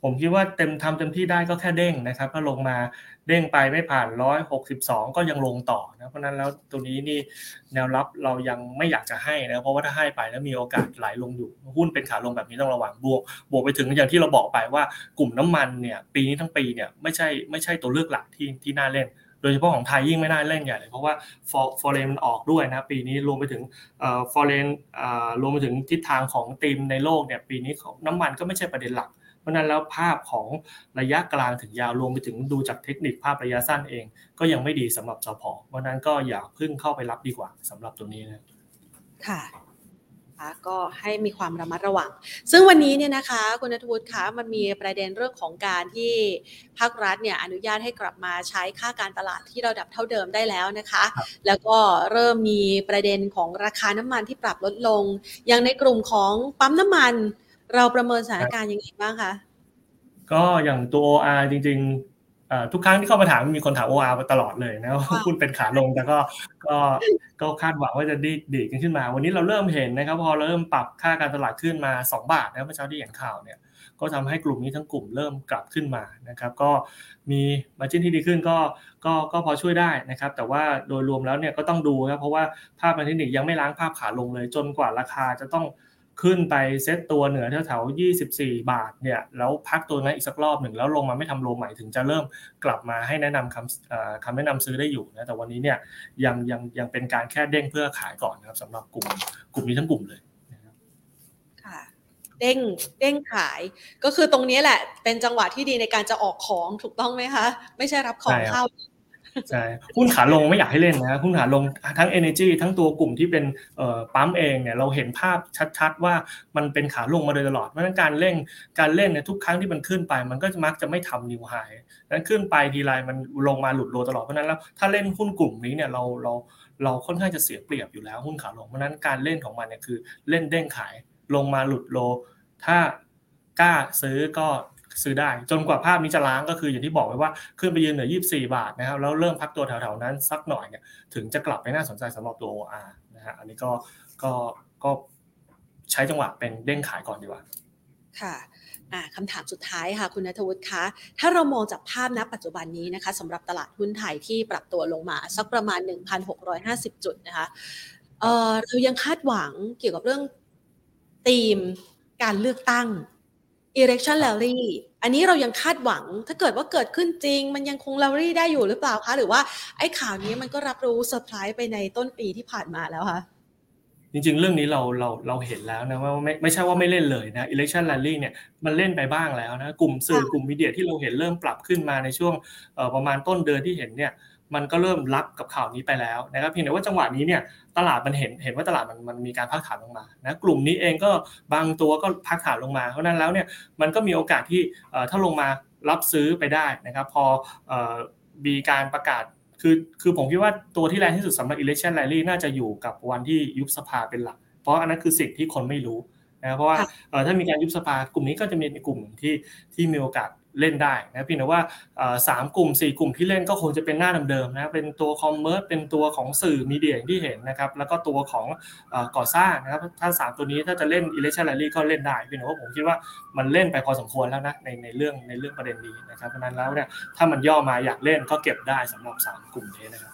ผมคิดว่าเต็มทำเต็มที่ได้ก็แค่เด้งนะครับถ้าลงมาเด้งไปไม่ผ่านหนึ่งร้อยหกสิบสองก็ยังลงต่อนะเพราะนั้นแล้วตัวนี้นี่แนวรับเรายังไม่อยากจะให้นะเพราะว่าถ้าให้ไปแล้วมีโอกาสไหลลงอยู่หุ้นเป็นขาลงแบบนี้ต้องระวังบวกบวกไปถึงอย่างที่เราบอกไปว่ากลุ่มน้ำมันเนี่ยปีนี้ทั้งปีเนี่ยไม่ใช่ไม่ใช่ตัวเลือกหลักที่ที่น่าเล่นโดยเฉพาะของไทยยิ่งไม่น่าเล่นใหญ่เลยเพราะว่าฟอเรนมันออกด้วยนะปีนี้รวมไปถึงเอ่อฟอเรนเอ่อรวมไปถึงทิศทางของธีมในโลกเนี่ยปีนี้ของน้ำมันก็ไม่ใช่ประเด็นหลักเพราะนั้นแล้วภาพของระยะกลางถึงยาวรวมไปถึงดูจากเทคนิคภาพระยะสั้นเองก็ยังไม่ดีสำหรับสผ.เพราะนั้นก็อย่าเพิ่งเข้าไปรับดีกว่าสำหรับตัวนี้นะค่ะก็ให้มีความระมัดระวังซึ่งวันนี้เนี่ยนะคะคุณณัฐวุฒิคะมันมีประเด็นเรื่องของการที่ภาครัฐเนี่ยอนุญาตให้กลับมาใช้ค่าการตลาดที่ระดับเท่าเดิมได้แล้วนะคะแล้วก็เริ่มมีประเด็นของราคาน้ำมันที่ปรับลดลงอย่างในกลุ่มของปั๊มน้ำมันเราประเมินสถานการณ์ยังไงบ้างคะก็อย่างตัว โอ อาร์ จริงๆทุกครั้งที่เข้ามาถามมีคนถาม โอ อาร์ มาตลอดเลยนะว่าหุ้นเป็นขาลงแต่ก็ก็ก็คาดหวังว่าจะดีดีกันขึ้นมาวันนี้เราเริ่มเห็นนะครับพอเริ่มปรับค่าการตลาดขึ้นมาสองบาทนะเมื่อเช้าที่เห็นข่าวเนี่ยก็ทำให้กลุ่มนี้ทั้งกลุ่มเริ่มกลับขึ้นมานะครับก็มี margin ที่ดีขึ้นก็ก็ก็พอช่วยได้นะครับแต่ว่าโดยรวมแล้วเนี่ยก็ต้องดูครับเพราะว่าภาพทางเทคนิคยังไม่ล้างภาพขาลงเลยจนกว่าราคาจะต้องขึ้นไปเซตตัวเหนือแถวๆยี่สิบสี่บาทเนี่ยแล้วพักตัวนั้นอีกสักรอบหนึ่งแล้วลงมาไม่ทำโลใหม่ถึงจะเริ่มกลับมาให้แนะนำคำคำแนะนำซื้อได้อยู่นะแต่วันนี้เนี่ยยังยังยังเป็นการแค่เด้งเพื่อขายก่อนนะครับสำหรับกลุ่มกลุ่มนี้ทั้งกลุ่มเลยค่ะเด้งเด้งขายก็คือตรงนี้แหละเป็นจังหวะที่ดีในการจะออกของถูกต้องไหมคะไม่ใช่รับของเข้าใช่หุ้นขาลงไม่อยากให้เล่นนะหุ้นขาลงทั้ง Energy ทั้งตัวกลุ่มที่เป็นเอ่อปั๊มเองเนี่ยเราเห็นภาพชัดๆว่ามันเป็นขาลงมาโดยตลอดเพราะฉะนั้นการเล่นการเล่นเนี่ยทุกครั้งที่มันขึ้นไปมันก็มักจะไม่ทำนิวไฮนั้นขึ้นไปทีไรมันลงมาหลุดโลตลอดเพราะฉะนั้นแล้วถ้าเล่นหุ้นกลุ่มนี้เนี่ยเราเราเราค่อนข้างจะเสียเปรียบอยู่แล้วหุ้นขาลงเพราะฉะนั้นการเล่นของมันเนี่ยคือเล่นเด้งขายลงมาหลุดโลถ้ากล้าซื้อก็ซื้อได้จนกว่าภาพนี้จะล้างก็คืออย่างที่บอกไว้ว่าขึ้นไปยืนเหนือยี่สิบสี่บาทนะครับแล้วเริ่มพักตัวแถวๆนั้นสักหน่อยเนี่ยถึงจะกลับไปน่าสนใจสำหรับตัว โอ อาร์ นะฮะอันนี้ก็ก็ก็ใช้จังหวะเป็นเด้งขายก่อนดีกว่าค่ะคำถามสุดท้ายค่ะคุณณัฐวุฒิคะถ้าเรามองจากภาพณปัจจุบันนี้นะคะสำหรับตลาดหุ้นไทยที่ปรับตัวลงมาสักประมาณ หนึ่งพันหกร้อยห้าสิบ จุดนะคะเอ่อเรายังคาดหวังเกี่ยวกับเรื่องธีมการเลือกตั้งelection rally อันนี้เรายังคาดหวังถ้าเกิดว่าเกิดขึ้นจริงมันยังคง rally ได้อยู่หรือเปล่าคะหรือว่าไอ้ข่าวนี้มันก็รับรู้เซอร์ไพรส์ไปในต้นปีที่ผ่านมาแล้วคะจริงๆเรื่องนี้เราเราเราเห็นแล้วนะว่าไม่ไม่ใช่ว่าไม่เล่นเลยนะ election rally เนี่ยมันเล่นไปบ้างแล้วนะกลุ่มสื่อกลุ่มมีเดียที่เราเห็นเริ่มปรับขึ้นมาในช่วงเอ่อประมาณต้นเดือนที่เห็นเนี่ยมันก็เริ่มรับกับข่าวนี้ไปแล้วนะครับเพียงแต่ว่าจังหวะนี้เนี่ยตลาดมันเห็นเห็นว่าตลาดมันมันมีการพักฐานลงมานะกลุ่มนี้เองก็บางตัวก็พักฐานลงมาเพราะนั้นแล้วเนี่ยมันก็มีโอกาสที่เอ่อถ้าลงมารับซื้อไปได้นะครับพอเอ่อมีการประกาศคือคือผมคิดว่าตัวที่แรงที่สุดสำหรับ election rally น่าจะอยู่กับวันที่ยุบสภาเป็นหลักเพราะอันนั้นคือสิ่งที่คนไม่รู้นะเพราะว่าเอ่อถ้ามีการยุบสภากลุ่มนี้ก็จะมีกลุ่มที่ที่มีโอกาสเล่นได้นะเพียงแต่ว่าเอ่อสามกลุ่มสี่กลุ่มที่เล่นก็คงจะเป็นหน้าเดิมๆนะเป็นตัวคอมเมอร์สเป็นตัวของสื่อมีเดียที่เห็นนะครับแล้วก็ตัวของเอ่อก่อสร้างนะครับถ้าสามตัวนี้ถ้าจะเล่น election rally ก็เล่นได้เพียงแต่ว่าผมคิดว่ามันเล่นไปพอสมควรแล้วนะในในเรื่องในเรื่องประเด็นนี้นะครับเพราะนั้นแล้วเนี่ยถ้ามันย่อมาอยากเล่นก็เก็บได้สำหรับสามกลุ่มนี้นะครับ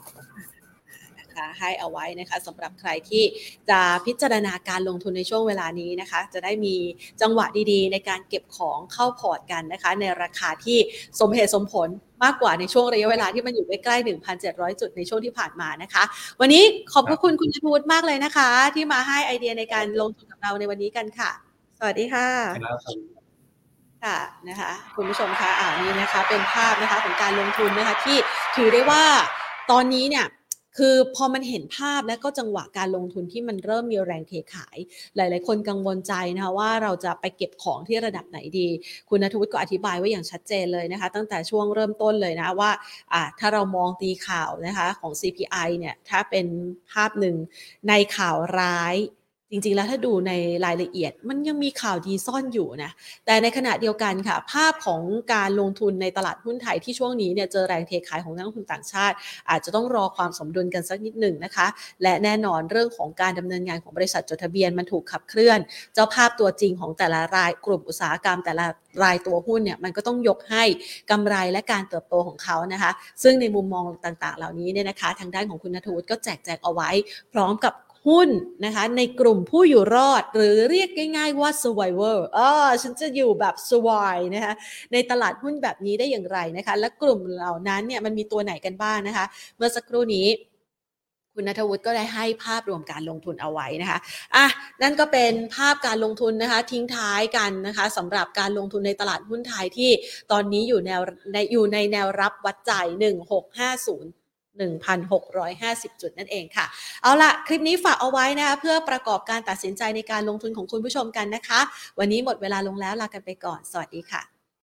ให้เอาไว้นะคะสำหรับใครที่จะพิจารณาการลงทุนในช่วงเวลานี้นะคะจะได้มีจังหวะดีๆในการเก็บของเข้าพอร์ตกันนะคะในราคาที่สมเหตุสมผลมากกว่าในช่วงระยะเวลาที่มันอยู่ใกล้ๆ หนึ่งพันเจ็ดร้อย จุดในช่วงที่ผ่านมานะคะวันนี้ขอบพระคุณคุณณัฐวุฒิมากเลยนะคะที่มาให้ไอเดียในการลงทุนกับเราในวันนี้กันค่ะสวัสดีค่ะค่ะนะคะคุณผู้ชมคะอ่านี่นะคะเป็นภาพนะคะของการลงทุนนะคะที่ถือได้ว่าตอนนี้เนี่ยคือพอมันเห็นภาพและก็จังหวะการลงทุนที่มันเริ่มมีแรงเทขายหลายๆคนกังวลใจนะคะว่าเราจะไปเก็บของที่ระดับไหนดีคุณณัฐวุฒิก็อธิบายไว้อย่างชัดเจนเลยนะคะตั้งแต่ช่วงเริ่มต้นเลยนะว่าอ่าถ้าเรามองตีข่าวนะคะของ ซี พี ไอ เนี่ยถ้าเป็นภาพหนึ่งในข่าวร้ายจริงๆแล้วถ้าดูในรายละเอียดมันยังมีข่าวดีซ่อนอยู่นะแต่ในขณะเดียวกันค่ะภาพของการลงทุนในตลาดหุ้นไทยที่ช่วงนี้เนี่ยเจอแรงเทขายของนักลงทุนต่างชาติอาจจะต้องรอความสมดุลกันสักนิดหนึ่งนะคะและแน่นอนเรื่องของการดำเนินงานของบริษัทจดทะเบียนมันถูกขับเคลื่อนเจ้าภาพตัวจริงของแต่ละรายกลุ่มอุตสาหกรรมแต่ละรายตัวหุ้นเนี่ยมันก็ต้องยกให้กำไรและการเติบโตของเขานะคะซึ่งในมุมมองต่างๆเหล่านี้เนี่ยนะคะทางด้านของคุณณัฐวุฒิก็แจกแจงเอาไว้พร้อมกับหุ้นนะคะในกลุ่มผู้อยู่รอดหรือเรียกง่ายๆว่า survivor อ๋อฉันจะอยู่แบบ survive นะคะในตลาดหุ้นแบบนี้ได้อย่างไรนะคะและกลุ่มเหล่านั้นเนี่ยมันมีตัวไหนกันบ้างนะคะเมื่อสักครู่นี้คุณณัฐวุฒิก็ได้ให้ภาพรวมการลงทุนเอาไว้นะคะอ่ะนั่นก็เป็นภาพการลงทุนนะคะทิ้งท้ายกันนะคะสำหรับการลงทุนในตลาดหุ้นไทยที่ตอนนี้อยู่แนวในอยู่ในแนวรับวัดใจหนึ่งพันหกร้อยห้าสิบ หนึ่งพันหกร้อยห้าสิบ จุดนั่นเองค่ะเอาล่ะคลิปนี้ฝากเอาไว้นะคะเพื่อประกอบการตัดสินใจในการลงทุนของคุณผู้ชมกันนะคะวันนี้หมดเวลาลงแล้วลากันไปก่อนสวัสดีค่ะ